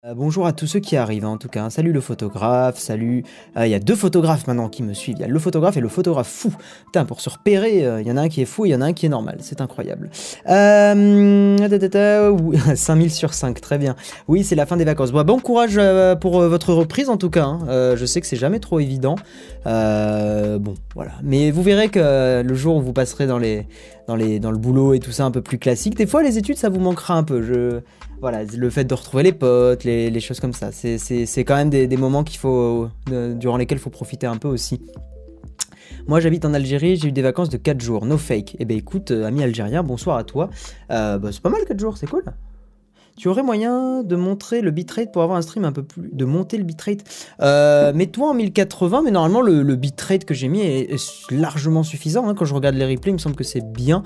Bonjour à tous ceux qui arrivent, hein, en tout cas. Salut le photographe, salut. Il y a deux photographes maintenant qui me suivent. Il y a le photographe et le photographe fou. Putain, pour se repérer, il y en a un qui est fou et il y en a un qui est normal. C'est incroyable. 5000 sur 5, très bien. Oui, c'est la fin des vacances. Bon courage pour votre reprise en tout cas. Hein. Je sais que c'est jamais trop évident. Bon, voilà. Mais vous verrez que le jour où vous passerez dans le boulot et tout ça un peu plus classique, des fois les études ça vous manquera un peu. Voilà, le fait de retrouver les potes, les choses comme ça, c'est quand même des moments durant lesquels il faut profiter un peu aussi. Moi j'habite en Algérie, j'ai eu des vacances de 4 jours, no fake. Eh ben écoute, ami algérien, bonsoir à toi. C'est pas mal 4 jours, c'est cool. Tu aurais moyen de montrer le bitrate pour avoir un stream un peu plus... De monter le bitrate. Mets-toi en 1080, mais normalement le bitrate que j'ai mis est largement suffisant. Hein. Quand je regarde les replays, il me semble que c'est bien.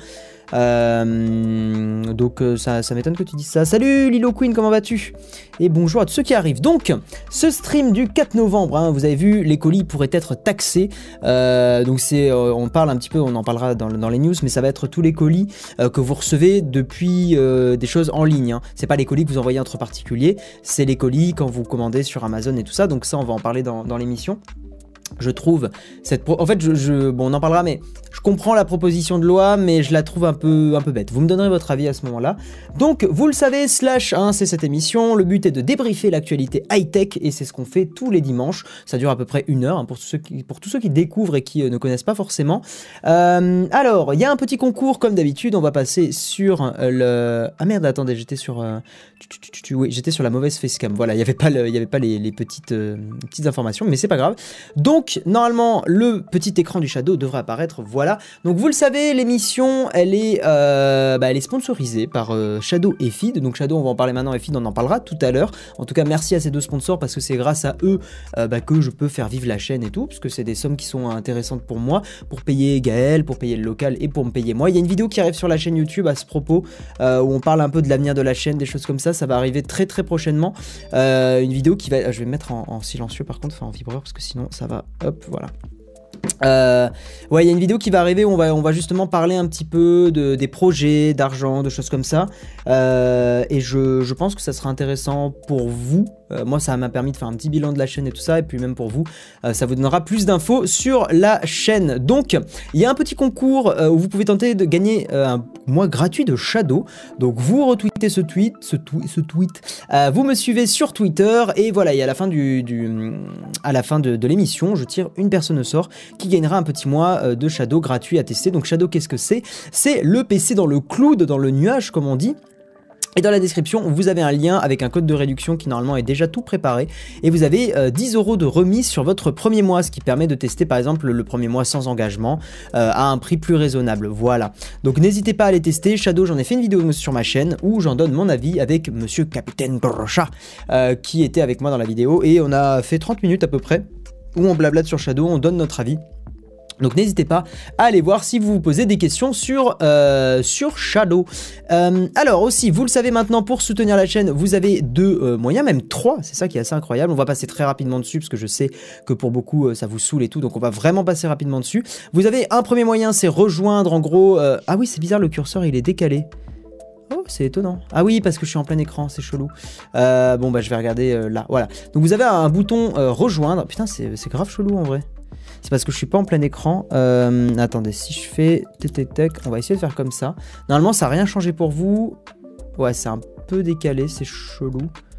Donc ça m'étonne que tu dises ça. Salut Lilo Queen, comment vas-tu? Et bonjour à tous ceux qui arrivent. Donc ce stream du 4 novembre, hein, vous avez vu, les colis pourraient être taxés. Donc on parle un petit peu, on en parlera dans les news, mais ça va être tous les colis que vous recevez depuis des choses en ligne. Hein. C'est pas les colis que vous envoyez entre particuliers, c'est les colis quand vous commandez sur Amazon et tout ça. Donc ça, on va en parler dans l'émission. Je trouve en fait, bon, on en parlera, mais je comprends la proposition de loi, mais je la trouve un peu bête. Vous me donnerez votre avis à ce moment-là. Donc, vous le savez, Slash, hein, c'est cette émission. Le but est de débriefer l'actualité high-tech, et c'est ce qu'on fait tous les dimanches. Ça dure à peu près 1 heure, hein, pour tous ceux qui découvrent et qui ne connaissent pas forcément. Alors, il y a un petit concours, comme d'habitude. On va passer sur le... Ah merde, attendez, j'étais sur... Oui, j'étais sur la mauvaise facecam. Voilà, il n'y avait pas les petites informations, mais c'est pas grave. Donc, normalement, le petit écran du Shadow devrait apparaître, voilà. Donc, vous le savez, l'émission, elle est sponsorisée par Shadow et Feed. Donc, Shadow, on va en parler maintenant, et Feed, on en parlera tout à l'heure. En tout cas, merci à ces deux sponsors, parce que c'est grâce à eux que je peux faire vivre la chaîne et tout, parce que c'est des sommes qui sont intéressantes pour moi, pour payer Gaël, pour payer le local et pour me payer moi. Il y a une vidéo qui arrive sur la chaîne YouTube à ce propos, où on parle un peu de l'avenir de la chaîne, des choses comme ça va arriver très très prochainement. Une vidéo qui va... Je vais me mettre en silencieux par contre, enfin en vibreur, parce que sinon ça va... Hop, voilà. Ouais, il y a une vidéo qui va arriver où on va justement parler un petit peu des projets, d'argent, de choses comme ça. Et je pense que ça sera intéressant pour vous. Moi, ça m'a permis de faire un petit bilan de la chaîne et tout ça. Et puis même pour vous, ça vous donnera plus d'infos sur la chaîne. Donc, il y a un petit concours où vous pouvez tenter de gagner un mois gratuit de Shadow. Donc, vous retweetez ce tweet. Vous me suivez sur Twitter. Et voilà, et à la fin de l'émission, je tire une personne au sort qui gagnera un petit mois de Shadow gratuit à tester. Donc Shadow, qu'est-ce que c'est? C'est le PC dans le cloud, dans le nuage comme on dit. Et dans la description, vous avez un lien avec un code de réduction qui normalement est déjà tout préparé. Et vous avez 10 € de remise sur votre premier mois, ce qui permet de tester par exemple le premier mois sans engagement à un prix plus raisonnable. Voilà. Donc n'hésitez pas à les tester. Shadow, j'en ai fait une vidéo sur ma chaîne où j'en donne mon avis avec Monsieur Capitaine Brocha qui était avec moi dans la vidéo. Et on a fait 30 minutes à peu près où on blablate sur Shadow, on donne notre avis. Donc n'hésitez pas à aller voir si vous vous posez des questions sur Shadow. Alors aussi, vous le savez maintenant, pour soutenir la chaîne, vous avez 2 moyens, même 3, c'est ça qui est assez incroyable. On va passer très rapidement dessus parce que je sais que pour beaucoup ça vous saoule et tout, donc on va vraiment passer rapidement dessus. Vous avez un premier moyen, c'est rejoindre en gros... Ah oui, c'est bizarre, le curseur il est décalé. Oh, c'est étonnant. Ah oui, parce que je suis en plein écran, c'est chelou. Bon bah je vais regarder là, voilà. Donc vous avez un bouton rejoindre. Putain, c'est grave chelou en vrai. C'est parce que je suis pas en plein écran. Attendez, si je fais tech, on va essayer de faire comme ça. Normalement, ça n'a rien changé pour vous. Ouais, c'est un peu décalé, c'est chelou.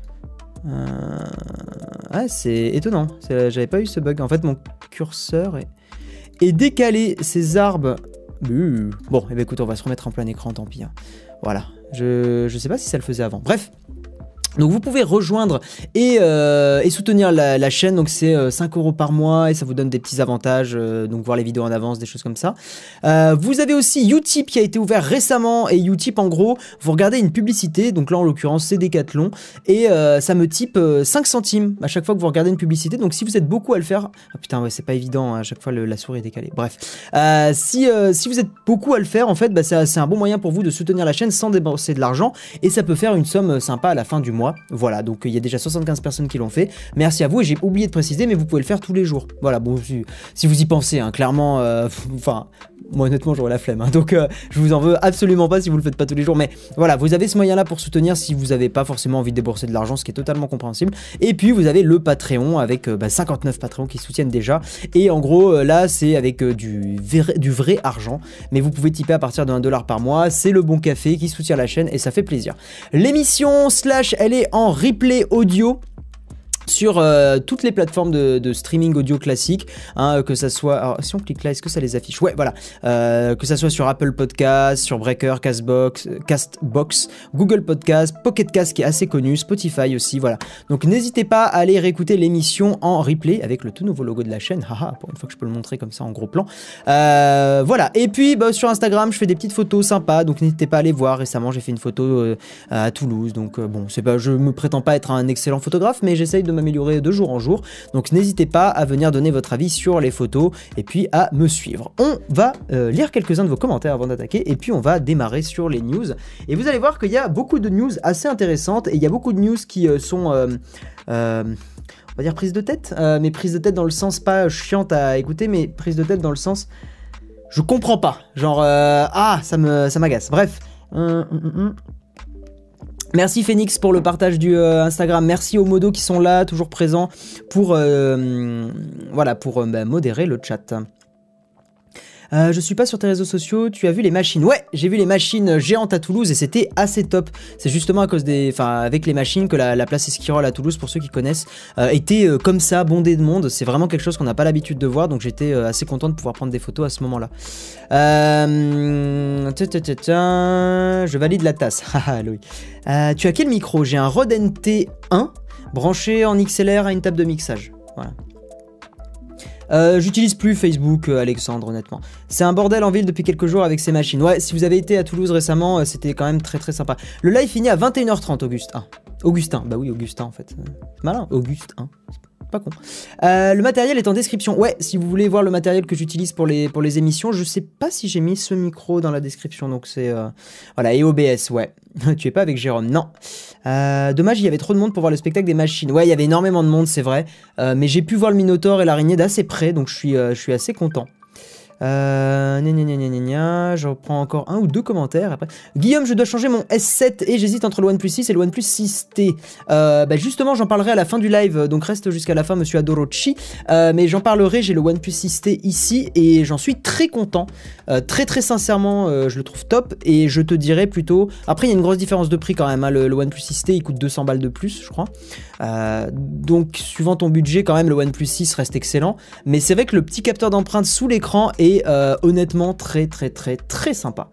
Ouais, c'est étonnant. J'avais pas eu ce bug. En fait, mon curseur est décalé. Ces arbres... Bon, et ben écoute, on va se remettre en plein écran, tant pis. Hein. Voilà. Je sais pas si ça le faisait avant. Bref. Donc vous pouvez rejoindre et soutenir la chaîne, donc c'est 5 € par mois et ça vous donne des petits avantages, donc voir les vidéos en avance, des choses comme ça. Vous avez aussi Utip qui a été ouvert récemment et Utip en gros, vous regardez une publicité, donc là en l'occurrence c'est Decathlon et ça me type 5 centimes à chaque fois que vous regardez une publicité, donc si vous êtes beaucoup à le faire, ah putain ouais c'est pas évident, hein, à chaque fois la souris est décalée, bref. Si vous êtes beaucoup à le faire en fait, bah, c'est un bon moyen pour vous de soutenir la chaîne sans dépenser de l'argent et ça peut faire une somme sympa à la fin du mois. mois. Voilà, donc il y a déjà 75 personnes qui l'ont fait. Merci à vous, et j'ai oublié de préciser, mais vous pouvez le faire tous les jours. Voilà, bon, si vous y pensez, hein, clairement, enfin... Moi honnêtement j'aurais la flemme, hein. Donc je vous en veux absolument pas si vous le faites pas tous les jours, mais voilà, vous avez ce moyen là pour soutenir si vous avez pas forcément envie de débourser de l'argent, ce qui est totalement compréhensible. Et puis vous avez le Patreon avec 59 Patreons qui soutiennent déjà, et en gros là c'est avec du vrai argent, mais vous pouvez tiper à partir de $1 par mois, c'est le bon café qui soutient la chaîne et ça fait plaisir. L'émission elle est en replay audio sur toutes les plateformes de streaming audio classique, hein, que ça soit... Alors, si on clique là, est-ce que ça les affiche? Ouais, voilà. Que ça soit sur Apple Podcast, sur Breaker, Castbox, Google Podcast, Pocket Cast qui est assez connu, Spotify aussi, voilà. Donc n'hésitez pas à aller réécouter l'émission en replay avec le tout nouveau logo de la chaîne. Haha, pour une fois que je peux le montrer comme ça en gros plan. Voilà. Et puis sur Instagram, je fais des petites photos sympas, donc n'hésitez pas à aller voir. Récemment, j'ai fait une photo à Toulouse, donc bon, c'est pas, je me prétends pas être un excellent photographe, mais j'essaye de m'améliorer de jour en jour, donc n'hésitez pas à venir donner votre avis sur les photos et puis à me suivre. On va lire quelques-uns de vos commentaires avant d'attaquer et puis on va démarrer sur les news, et vous allez voir qu'il y a beaucoup de news assez intéressantes, et il y a beaucoup de news qui sont on va dire prises de tête, mais prises de tête dans le sens pas chiante à écouter, mais prises de tête dans le sens je comprends pas, genre ça m'agace, bref. Merci Phoenix pour le partage du Instagram, merci aux modos qui sont là, toujours présents pour, voilà, pour modérer le chat. Je suis pas sur tes réseaux sociaux, tu as vu les machines? Ouais, j'ai vu les machines géantes à Toulouse et c'était assez top. C'est justement à cause des... Enfin, avec les machines que la place Esquirol à Toulouse, pour ceux qui connaissent, était comme ça, bondée de monde. C'est vraiment quelque chose qu'on n'a pas l'habitude de voir, donc j'étais assez content de pouvoir prendre des photos à ce moment-là. Je valide la tasse. Haha, Louis. Tu as quel micro? J'ai un Rode NT1 branché en XLR à une table de mixage. Voilà. J'utilise plus Facebook, Alexandre, honnêtement. C'est un bordel en ville depuis quelques jours avec ces machines. Ouais, si vous avez été à Toulouse récemment, c'était quand même très très sympa. Le live finit à 21h30, Augustin, bah oui, Augustin en fait. Malin, Augustin. Pas con. Le matériel est en description. Ouais, si vous voulez voir le matériel que j'utilise pour les émissions, je sais pas si j'ai mis ce micro dans la description, donc c'est... Voilà, et OBS, ouais. Tu es pas avec Jérôme, non. Dommage, il y avait trop de monde pour voir le spectacle des machines. Ouais, il y avait énormément de monde, c'est vrai. Mais j'ai pu voir le Minotaure et l'araignée d'assez près, donc je suis assez content. Je reprends encore un ou deux commentaires après. Guillaume, je dois changer mon S7 et j'hésite entre le OnePlus 6 et le OnePlus 6T. Justement, j'en parlerai à la fin du live, donc reste jusqu'à la fin, monsieur Adorochi. Mais j'en parlerai, j'ai le OnePlus 6T ici et j'en suis très content. Très très sincèrement, je le trouve top et je te dirais plutôt... Après, il y a une grosse différence de prix quand même, hein. Le OnePlus 6T, il coûte 200 balles de plus, je crois. Donc, suivant ton budget, quand même, le OnePlus 6 reste excellent. Mais c'est vrai que le petit capteur d'empreinte sous l'écran est honnêtement très très très très sympa.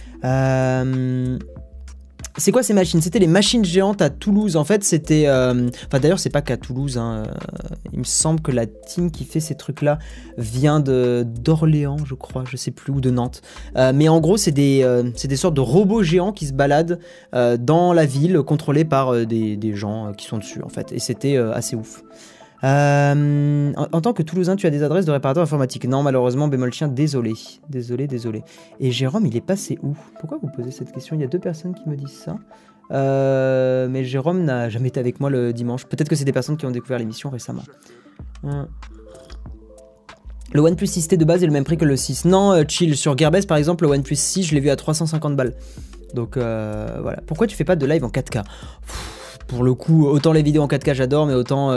C'est quoi ces machines? C'était les machines géantes à Toulouse. En fait, c'était... Enfin, d'ailleurs, c'est pas qu'à Toulouse, hein. Il me semble que la team qui fait ces trucs-là vient d'Orléans, je crois, je sais plus, ou de Nantes. Mais en gros, c'est des sortes de robots géants qui se baladent dans la ville, contrôlés par des gens qui sont dessus, en fait. Et c'était assez ouf. En tant que Toulousain, tu as des adresses de réparateurs informatiques? Non, malheureusement, bémol chien, désolé. Désolé. Et Jérôme, il est passé où? Pourquoi vous posez cette question? Il y a deux personnes qui me disent ça. Mais Jérôme n'a jamais été avec moi le dimanche. Peut-être que c'est des personnes qui ont découvert l'émission récemment. Le OnePlus 6T de base est le même prix que le 6. Non, chill. Sur Gearbest, par exemple, le OnePlus 6, je l'ai vu à 350 balles. Donc, voilà. Pourquoi tu fais pas de live en 4K? Pour le coup, autant les vidéos en 4K, j'adore, mais autant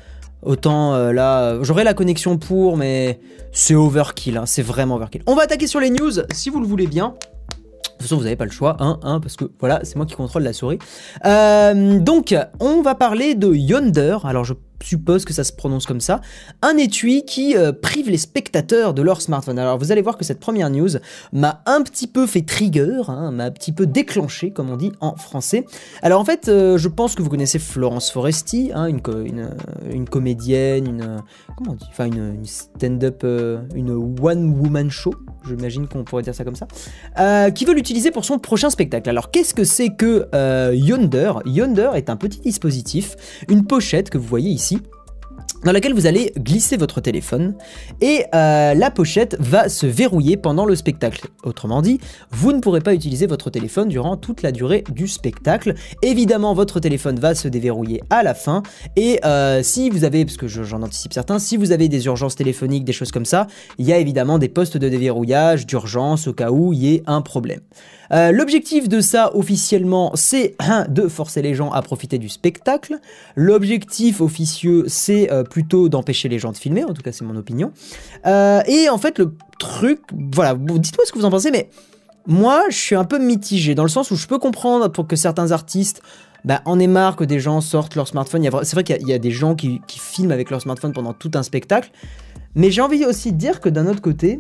là, j'aurais la connexion pour, mais c'est overkill, hein, c'est vraiment overkill. On va attaquer sur les news, si vous le voulez bien. De toute façon, vous n'avez pas le choix, parce que voilà, c'est moi qui contrôle la souris. Donc, on va parler de Yondr. Alors, je suppose que ça se prononce comme ça. Un étui qui prive les spectateurs de leur smartphone. Alors, vous allez voir que cette première news m'a un petit peu fait trigger, m'a un petit peu déclenché, comme on dit en français. Alors, en fait, je pense que vous connaissez Florence Foresti, une comédienne, comment on dit, enfin, une stand-up, une one-woman show, j'imagine qu'on pourrait dire ça comme ça, qui veut l'utiliser pour son prochain spectacle. Alors, qu'est-ce que c'est que Yondr? Yondr est un petit dispositif, une pochette que vous voyez ici, dans laquelle vous allez glisser votre téléphone et la pochette va se verrouiller pendant le spectacle. Autrement dit, vous ne pourrez pas utiliser votre téléphone durant toute la durée du spectacle. Évidemment, votre téléphone va se déverrouiller à la fin et si vous avez, parce que j'en anticipe certains, si vous avez des urgences téléphoniques, des choses comme ça, il y a évidemment des postes de déverrouillage d'urgence au cas où il y ait un problème. L'objectif de ça officiellement c'est de forcer les gens à profiter du spectacle. L'objectif officieux c'est plutôt d'empêcher les gens de filmer, en tout cas c'est mon opinion. Et en fait le truc, voilà, bon, dites-moi ce que vous en pensez, mais moi je suis un peu mitigé dans le sens où je peux comprendre pour que certains artistes en aient marre que des gens sortent leur smartphone. C'est vrai qu'il y a des gens qui filment avec leur smartphone pendant tout un spectacle, mais j'ai envie aussi de dire que d'un autre côté,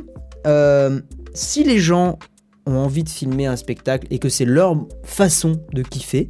si les gens ont envie de filmer un spectacle et que c'est leur façon de kiffer,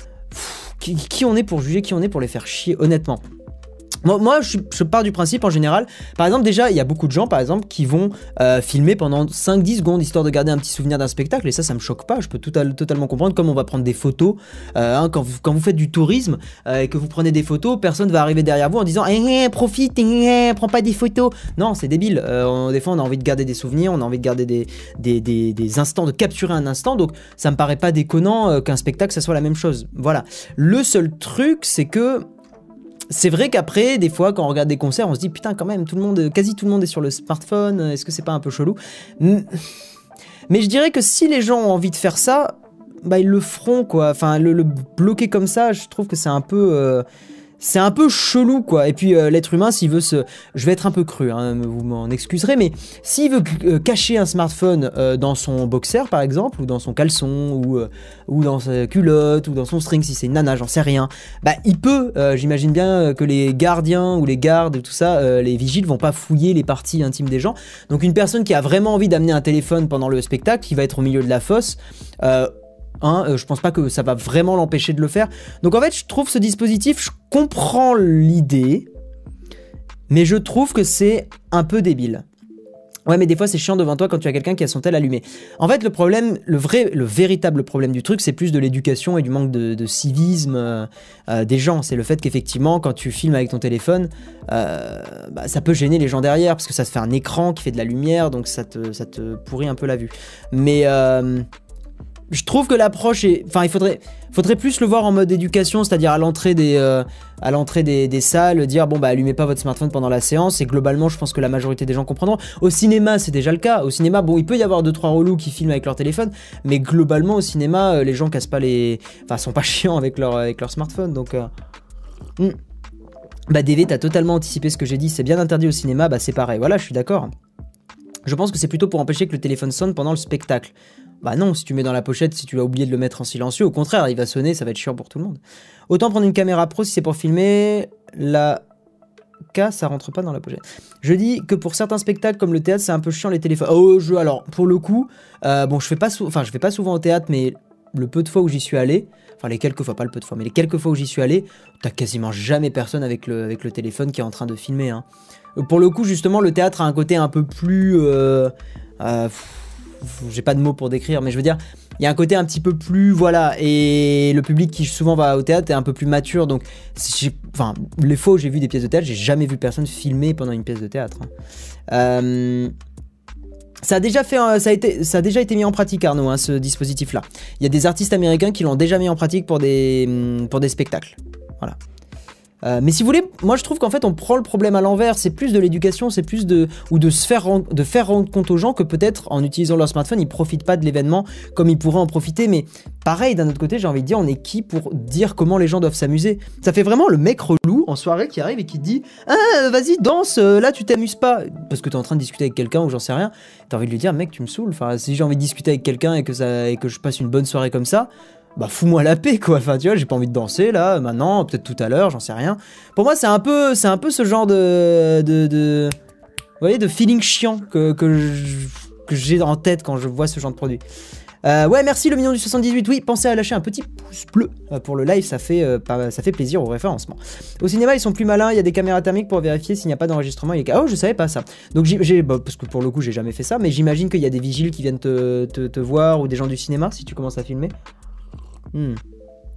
qui on est pour juger, qui on est pour les faire chier, honnêtement. Moi, je pars du principe en général, par exemple déjà il y a beaucoup de gens par exemple qui vont filmer pendant 5-10 secondes histoire de garder un petit souvenir d'un spectacle et ça me choque pas, je peux totalement comprendre, comme on va prendre des photos, quand vous faites du tourisme et que vous prenez des photos, personne va arriver derrière vous en disant profite, prends pas des photos, non c'est débile, des fois on a envie de garder des souvenirs, on a envie de garder des instants, de capturer un instant, donc ça me paraît pas déconnant qu'un spectacle ça soit la même chose, voilà. Le seul truc c'est que c'est vrai qu'après, des fois, quand on regarde des concerts, on se dit putain, quand même, quasi tout le monde est sur le smartphone. Est-ce que c'est pas un peu chelou? Mais je dirais que si les gens ont envie de faire ça, ils le feront quoi. Enfin, le bloquer comme ça, je trouve que c'est un peu chelou quoi. Et puis l'être humain, s'il veut je vais être un peu cru, hein, vous m'en excuserez, mais s'il veut cacher un smartphone dans son boxer par exemple, ou dans son caleçon, ou dans sa culotte, ou dans son string si c'est une nana, j'en sais rien, il peut, j'imagine bien que les gardiens ou les gardes et tout ça, les vigiles vont pas fouiller les parties intimes des gens. Donc une personne qui a vraiment envie d'amener un téléphone pendant le spectacle, qui va être au milieu de la fosse, je pense pas que ça va vraiment l'empêcher de le faire. Donc en fait, je trouve ce dispositif, je comprends l'idée, mais je trouve que c'est un peu débile. Ouais, mais des fois, c'est chiant devant toi quand tu as quelqu'un qui a son tel allumé. En fait, le problème, le véritable problème du truc, c'est plus de l'éducation et du manque de civisme des gens. C'est le fait qu'effectivement, quand tu filmes avec ton téléphone, ça peut gêner les gens derrière, parce que ça te fait un écran qui fait de la lumière, donc ça te pourrit un peu la vue. Mais je trouve que l'approche est... Enfin, il faudrait plus le voir en mode éducation, c'est-à-dire à l'entrée des salles, dire bon allumez pas votre smartphone pendant la séance, et globalement je pense que la majorité des gens comprendront. Au cinéma c'est déjà le cas, au cinéma bon il peut y avoir 2-3 relous qui filment avec leur téléphone, mais globalement au cinéma les gens cassent pas sont pas chiants avec leur smartphone, donc... DV, t'as totalement anticipé ce que j'ai dit, c'est bien interdit au cinéma, c'est pareil, voilà je suis d'accord. Je pense que c'est plutôt pour empêcher que le téléphone sonne pendant le spectacle. Non, si tu mets dans la pochette, si tu as oublié de le mettre en silencieux, au contraire, il va sonner, ça va être chiant pour tout le monde. Autant prendre une caméra pro si c'est pour filmer, la K, ça rentre pas dans la pochette. Je dis que pour certains spectacles comme le théâtre, c'est un peu chiant les téléphones. Alors, pour le coup, je vais pas souvent au théâtre, mais le peu de fois où j'y suis allé, enfin les quelques fois, pas le peu de fois, mais les quelques fois où j'y suis allé, t'as quasiment jamais personne avec le téléphone qui est en train de filmer, hein. Pour le coup, justement, le théâtre a un côté un peu plus... j'ai pas de mots pour décrire, mais je veux dire, il y a un côté un petit peu plus, voilà, et le public qui souvent va au théâtre est un peu plus mature, donc, les fois où j'ai vu des pièces de théâtre, j'ai jamais vu personne filmer pendant une pièce de théâtre, hein. Ça a déjà été mis en pratique, Arnaud, hein, ce dispositif-là. Il y a des artistes américains qui l'ont déjà mis en pratique pour des spectacles, voilà. Mais si vous voulez, moi je trouve qu'en fait on prend le problème à l'envers, c'est plus de l'éducation, c'est plus de faire rendre compte aux gens que peut-être en utilisant leur smartphone ils profitent pas de l'événement comme ils pourraient en profiter, mais pareil d'un autre côté j'ai envie de dire on est qui pour dire comment les gens doivent s'amuser. Ça fait vraiment le mec relou en soirée qui arrive et qui te dit vas-y danse, là tu t'amuses pas, parce que t'es en train de discuter avec quelqu'un ou j'en sais rien, t'as envie de lui dire mec tu me saoules, enfin si j'ai envie de discuter avec quelqu'un et que je passe une bonne soirée comme ça, fous-moi la paix quoi, enfin tu vois, j'ai pas envie de danser là, maintenant, peut-être tout à l'heure, j'en sais rien. Pour moi c'est un peu ce genre vous voyez, de feeling chiant que j'ai en tête quand je vois ce genre de produit. Ouais, merci le million du 78, oui, pensez à lâcher un petit pouce bleu pour le live, ça fait plaisir au référencement. Au cinéma ils sont plus malins, il y a des caméras thermiques pour vérifier s'il n'y a pas d'enregistrement. Oh je savais pas ça, donc parce que pour le coup j'ai jamais fait ça, mais j'imagine qu'il y a des vigiles qui viennent te voir, ou des gens du cinéma si tu commences à filmer.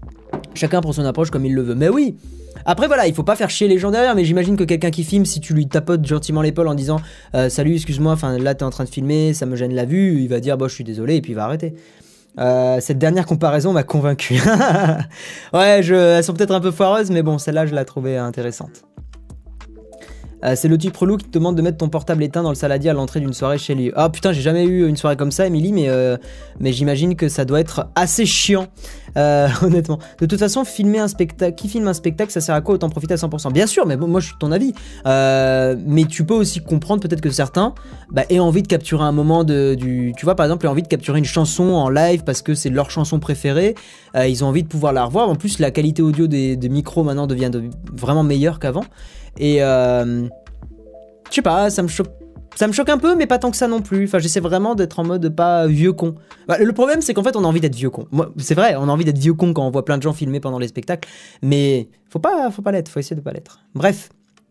Chacun prend son approche comme il le veut. Mais oui. Après voilà, il faut pas faire chier les gens derrière, mais j'imagine que quelqu'un qui filme, si tu lui tapotes gentiment l'épaule en disant salut, excuse-moi, enfin là t'es en train de filmer, ça me gêne la vue, il va dire bon je suis désolé et puis il va arrêter. Cette dernière comparaison m'a convaincu. Ouais, elles sont peut-être un peu foireuses, mais bon, celle-là je la trouvais intéressante. C'est le type relou qui te demande de mettre ton portable éteint dans le saladier à l'entrée d'une soirée chez lui. Ah putain, j'ai jamais eu une soirée comme ça, Emily, mais j'imagine que ça doit être assez chiant, honnêtement. De toute façon, filmer un spectacle, qui filme un spectacle, ça sert à quoi autant profiter à 100%? Bien sûr, mais bon, moi je suis de ton avis. Mais tu peux aussi comprendre peut-être que certains aient envie de capturer un moment tu vois, par exemple, aient envie de capturer une chanson en live parce que c'est leur chanson préférée. Ils ont envie de pouvoir la revoir. En plus, la qualité audio des micros maintenant devient vraiment meilleure qu'avant. Et je sais pas, ça me choque un peu, mais pas tant que ça non plus. Enfin, j'essaie vraiment d'être en mode pas vieux con. Bah, le problème, c'est qu'en fait, on a envie d'être vieux con. Moi, c'est vrai, on a envie d'être vieux con quand on voit plein de gens filmer pendant les spectacles. Mais faut pas l'être, faut essayer de pas l'être. Bref.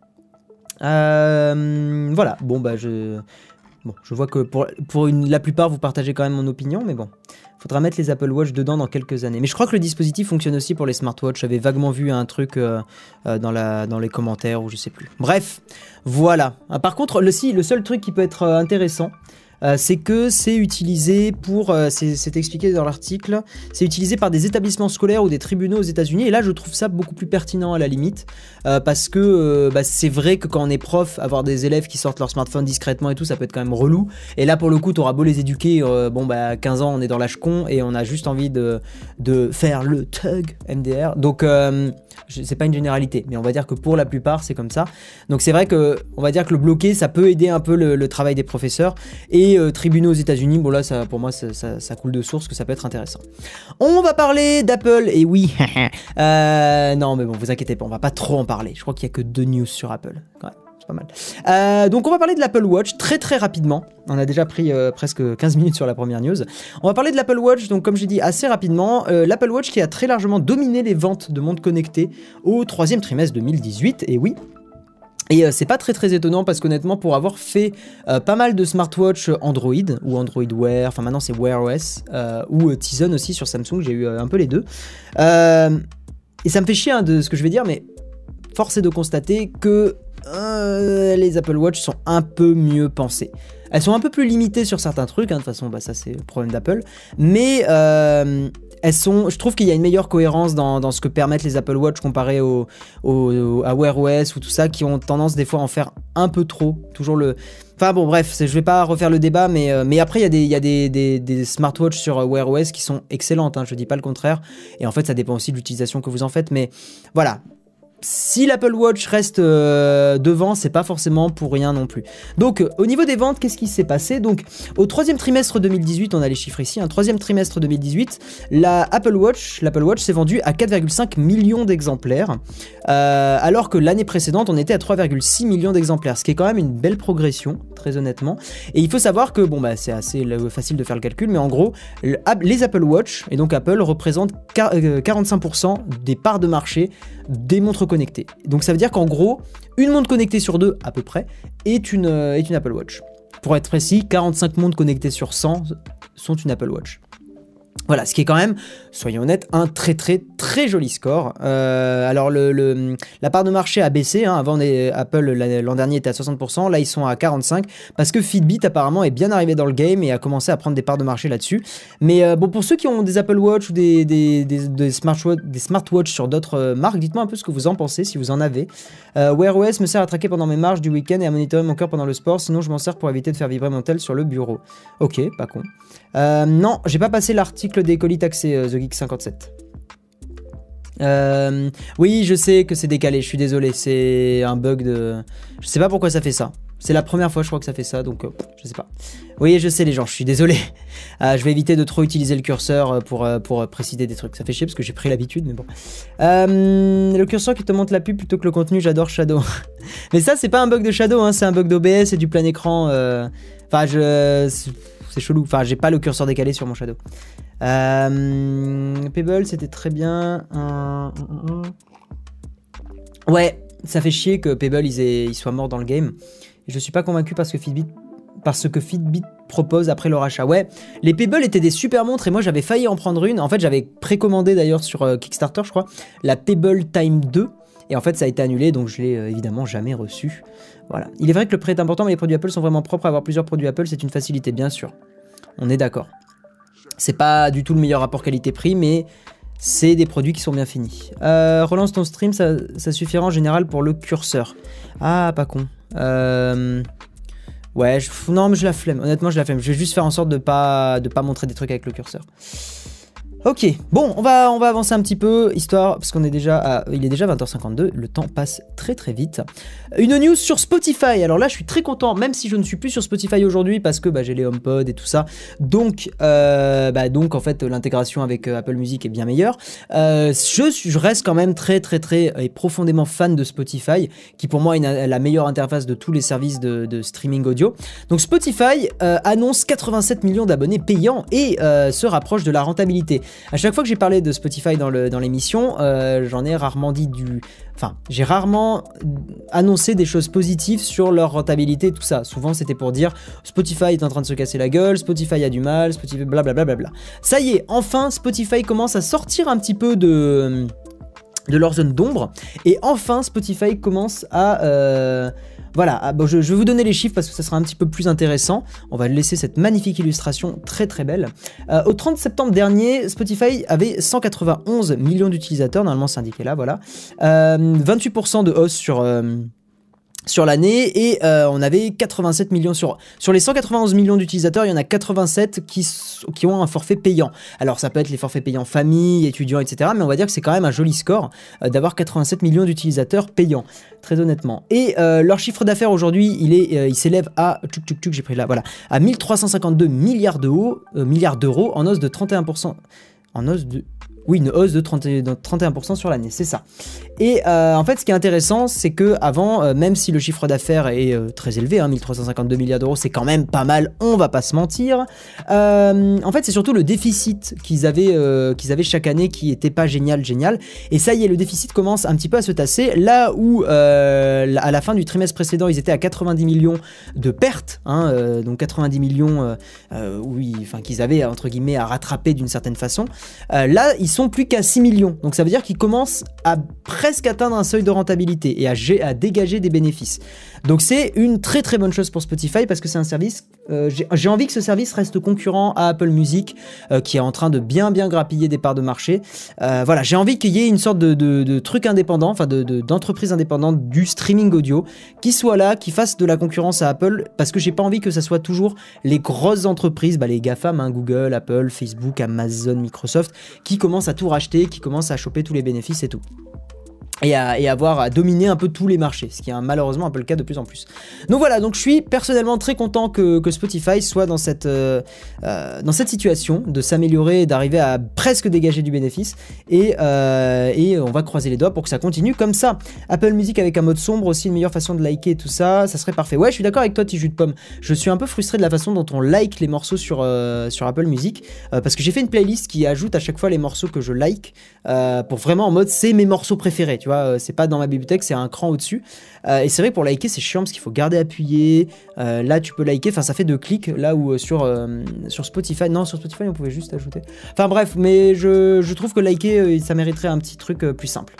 Voilà. Bon, bah, je vois que pour la plupart, vous partagez quand même mon opinion, mais bon. Faudra mettre les Apple Watch dedans dans quelques années. Mais je crois que le dispositif fonctionne aussi pour les smartwatches. J'avais vaguement vu un truc dans les commentaires ou je sais plus. Bref, voilà. Par contre, le seul truc qui peut être intéressant, c'est que c'est utilisé pour, c'est expliqué dans l'article, c'est utilisé par des établissements scolaires ou des tribunaux aux États-Unis. Et là, je trouve ça beaucoup plus pertinent à la limite, parce que c'est vrai que quand on est prof, avoir des élèves qui sortent leur smartphone discrètement et tout, ça peut être quand même relou. Et là, pour le coup, t'auras beau les éduquer, 15 ans, on est dans l'âge con et on a juste envie de faire le tug MDR. Donc, c'est pas une généralité, mais on va dire que pour la plupart, c'est comme ça. Donc, c'est vrai que, on va dire que le bloquer, ça peut aider un peu le travail des professeurs. Et tribunaux aux États-Unis, bon là, pour moi, ça coule de source, que ça peut être intéressant. On va parler d'Apple, et oui, non, mais bon, vous inquiétez pas, on va pas trop en parler. Je crois qu'il y a que 2 news sur Apple. Ouais, c'est pas mal. Donc, on va parler de l'Apple Watch très très rapidement. On a déjà pris presque 15 minutes sur la première news. On va parler de l'Apple Watch, donc comme j'ai dit, assez rapidement. L'Apple Watch qui a très largement dominé les ventes de montres connectées au 3e trimestre 2018, et oui. Et c'est pas très très étonnant parce qu'honnêtement, pour avoir fait pas mal de smartwatch Android ou Android Wear, enfin maintenant c'est Wear OS, ou Tizen aussi sur Samsung, j'ai eu un peu les deux. Et ça me fait chier de ce que je vais dire, mais force est de constater que les Apple Watch sont un peu mieux pensées. Elles sont un peu plus limitées sur certains trucs, de toute façon ça c'est le problème d'Apple, mais je trouve qu'il y a une meilleure cohérence dans ce que permettent les Apple Watch comparé à Wear OS ou tout ça, qui ont tendance des fois à en faire un peu trop. Enfin bon bref, je vais pas refaire le débat, mais après il y a des smartwatches sur Wear OS qui sont excellentes, je dis pas le contraire, et en fait ça dépend aussi de l'utilisation que vous en faites, mais voilà. Si l'Apple Watch reste devant, c'est pas forcément pour rien non plus. Donc, au niveau des ventes, qu'est-ce qui s'est passé? Donc, au 3e trimestre 2018, on a les chiffres ici, 3e trimestre 2018, l'Apple Watch s'est vendue à 4,5 millions d'exemplaires, alors que l'année précédente, on était à 3,6 millions d'exemplaires, ce qui est quand même une belle progression, très honnêtement. Et il faut savoir que, c'est assez facile de faire le calcul, mais en gros, les Apple Watch, et donc Apple, représentent 45% des parts de marché des montres connectées. Donc ça veut dire qu'en gros, une montre connectée sur 2 à peu près est une Apple Watch. Pour être précis, 45 montres connectées sur 100 sont une Apple Watch. Voilà, ce qui est quand même, soyons honnêtes, un très très très joli score. Alors la part de marché a baissé, avant Apple l'an dernier était à 60%, là ils sont à 45%, parce que Fitbit apparemment est bien arrivé dans le game et a commencé à prendre des parts de marché là-dessus. Mais pour ceux qui ont des Apple Watch ou des smartwatch sur d'autres marques, dites-moi un peu ce que vous en pensez, si vous en avez. Wear OS me sert à traquer pendant mes marches du week-end et à monitorer mon cœur pendant le sport, sinon je m'en sers pour éviter de faire vibrer mon tel sur le bureau. Ok, pas con. Non, j'ai pas passé l'article des colis taxés, The Geek 57. Oui, je sais que c'est décalé, je suis désolé, c'est un bug de... Je sais pas pourquoi ça fait ça. C'est la première fois, je crois, que ça fait ça, donc je sais pas. Oui, je sais les gens, je suis désolé. Je vais éviter de trop utiliser le curseur pour préciser des trucs. Ça fait chier parce que j'ai pris l'habitude, mais bon. Le curseur qui te montre la pub plutôt que le contenu, j'adore Shadow. Mais ça, c'est pas un bug de Shadow, c'est un bug d'OBS et du plein écran. Enfin, c'est chelou. Enfin, j'ai pas le curseur décalé sur mon Shadow. Pebble, c'était très bien. Ouais, ça fait chier que Pebble ils soient morts dans le game. Je suis pas convaincu parce que Fitbit par ce que Fitbit propose après leur achat. Ouais, les Pebble étaient des super montres et moi j'avais failli en prendre une. En fait, j'avais précommandé d'ailleurs sur Kickstarter, je crois, la Pebble Time 2. Et en fait, ça a été annulé, donc je l'ai évidemment jamais reçu. Voilà. Il est vrai que le prix est important, mais les produits Apple sont vraiment propres. Avoir plusieurs produits Apple, c'est une facilité, bien sûr. On est d'accord. C'est pas du tout le meilleur rapport qualité-prix, mais c'est des produits qui sont bien finis. Relance ton stream, ça suffira en général pour le curseur. Ah, pas con. Ouais, non, mais je la flemme. Honnêtement, je la flemme. Je vais juste faire en sorte de pas montrer des trucs avec le curseur. Ok, bon, on va avancer un petit peu, histoire, parce qu'on est déjà il est déjà 20h52, le temps passe très très vite. Une news sur Spotify, alors là je suis très content, même si je ne suis plus sur Spotify aujourd'hui, parce que j'ai les HomePod et tout ça, donc en fait l'intégration avec Apple Music est bien meilleure. Je reste quand même très très très et profondément fan de Spotify, qui pour moi est la meilleure interface de tous les services de streaming audio. Donc Spotify annonce 87 millions d'abonnés payants et se rapproche de la rentabilité. À chaque fois que j'ai parlé de Spotify dans l'émission, j'en ai rarement dit j'ai rarement annoncé des choses positives sur leur rentabilité et tout ça. Souvent, c'était pour dire Spotify est en train de se casser la gueule, Spotify a du mal, Spotify blablabla. Ça y est, enfin, Spotify commence à sortir un petit peu de leur zone d'ombre. Et enfin, Spotify commence à... Voilà, je vais vous donner les chiffres parce que ça sera un petit peu plus intéressant. On va laisser cette magnifique illustration très très belle. Au 30 septembre dernier, Spotify avait 191 millions d'utilisateurs, normalement c'est indiqué là, voilà. 28% de hausse sur l'année et on avait 87 millions sur les 191 millions d'utilisateurs, il y en a 87 qui ont un forfait payant. Alors ça peut être les forfaits payants famille, étudiants, etc. Mais on va dire que c'est quand même un joli score d'avoir 87 millions d'utilisateurs payants, très honnêtement. Et leur chiffre d'affaires aujourd'hui, il s'élève à j'ai pris là, voilà, à 1352 milliards d'euros en hausse de 31%. Oui, une hausse de 31% sur l'année, c'est ça. Et en fait, ce qui est intéressant, c'est que avant, même si le chiffre d'affaires est très élevé, 1352 milliards d'euros, c'est quand même pas mal, on va pas se mentir. En fait, c'est surtout le déficit qu'ils avaient chaque année qui était pas génial. Et ça y est, le déficit commence un petit peu à se tasser. Là où à la fin du trimestre précédent, ils étaient à 90 millions de pertes, donc 90 millions, qu'ils avaient entre guillemets à rattraper d'une certaine façon. Là, ils sont plus qu'à 6 millions. Donc ça veut dire qu'ils commencent à presque atteindre un seuil de rentabilité et à dégager des bénéfices. Donc c'est une très très bonne chose pour Spotify parce que c'est un service, j'ai envie que ce service reste concurrent à Apple Music qui est en train de bien grappiller des parts de marché. Voilà, j'ai envie qu'il y ait une sorte de truc indépendant, d'entreprise indépendante du streaming audio qui soit là, qui fasse de la concurrence à Apple parce que j'ai pas envie que ça soit toujours les grosses entreprises, les GAFAM, Google, Apple, Facebook, Amazon, Microsoft, qui commencent à tout racheter, qui commencent à choper tous les bénéfices et tout. Et à dominer un peu tous les marchés, ce qui est malheureusement un peu le cas de plus en plus. Donc voilà, donc je suis personnellement très content que Spotify soit dans cette situation de s'améliorer et d'arriver à presque dégager du bénéfice. Et on va croiser les doigts pour que ça continue comme ça. Apple Music avec un mode sombre, aussi une meilleure façon de liker et tout ça, ça serait parfait. Ouais, je suis d'accord avec toi, petit jus de pomme. Je suis un peu frustré de la façon dont on like les morceaux sur Apple Music, parce que j'ai fait une playlist qui ajoute à chaque fois les morceaux que je like, pour vraiment en mode c'est mes morceaux préférés, tu vois. C'est pas dans ma bibliothèque, c'est un cran au-dessus. Et c'est vrai, pour liker, c'est chiant parce qu'il faut garder appuyé. Là, tu peux liker, ça fait 2 clics. Là où sur Spotify, non, sur Spotify, on pouvait juste ajouter. Enfin bref, mais je trouve que liker, ça mériterait un petit truc plus simple.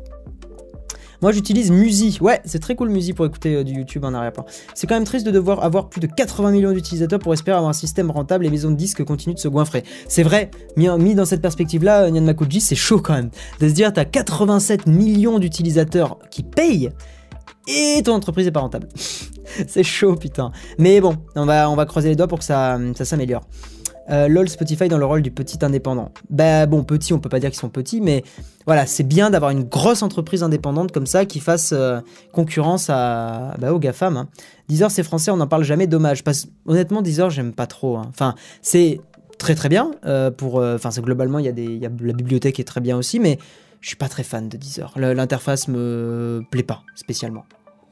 Moi j'utilise Musi, ouais c'est très cool Musi pour écouter du YouTube en arrière-plan. C'est quand même triste de devoir avoir plus de 80 millions d'utilisateurs pour espérer avoir un système rentable, les maisons de disques continuent de se goinfrer. C'est vrai, mis dans cette perspective-là, Nyan Makuji, c'est chaud quand même. De se dire t'as 87 millions d'utilisateurs qui payent et ton entreprise est pas rentable. C'est chaud putain. Mais bon, on va croiser les doigts pour que ça s'améliore. LOL, Spotify dans le rôle du petit indépendant. Bah bon, petit, on peut pas dire qu'ils sont petits, mais voilà, c'est bien d'avoir une grosse entreprise indépendante comme ça qui fasse concurrence aux GAFAM. Deezer, c'est français, on n'en parle jamais, dommage. Honnêtement, Deezer, j'aime pas trop. Enfin, c'est très très bien. Globalement, il y a la bibliothèque est très bien aussi, mais je suis pas très fan de Deezer. L'interface me plaît pas spécialement.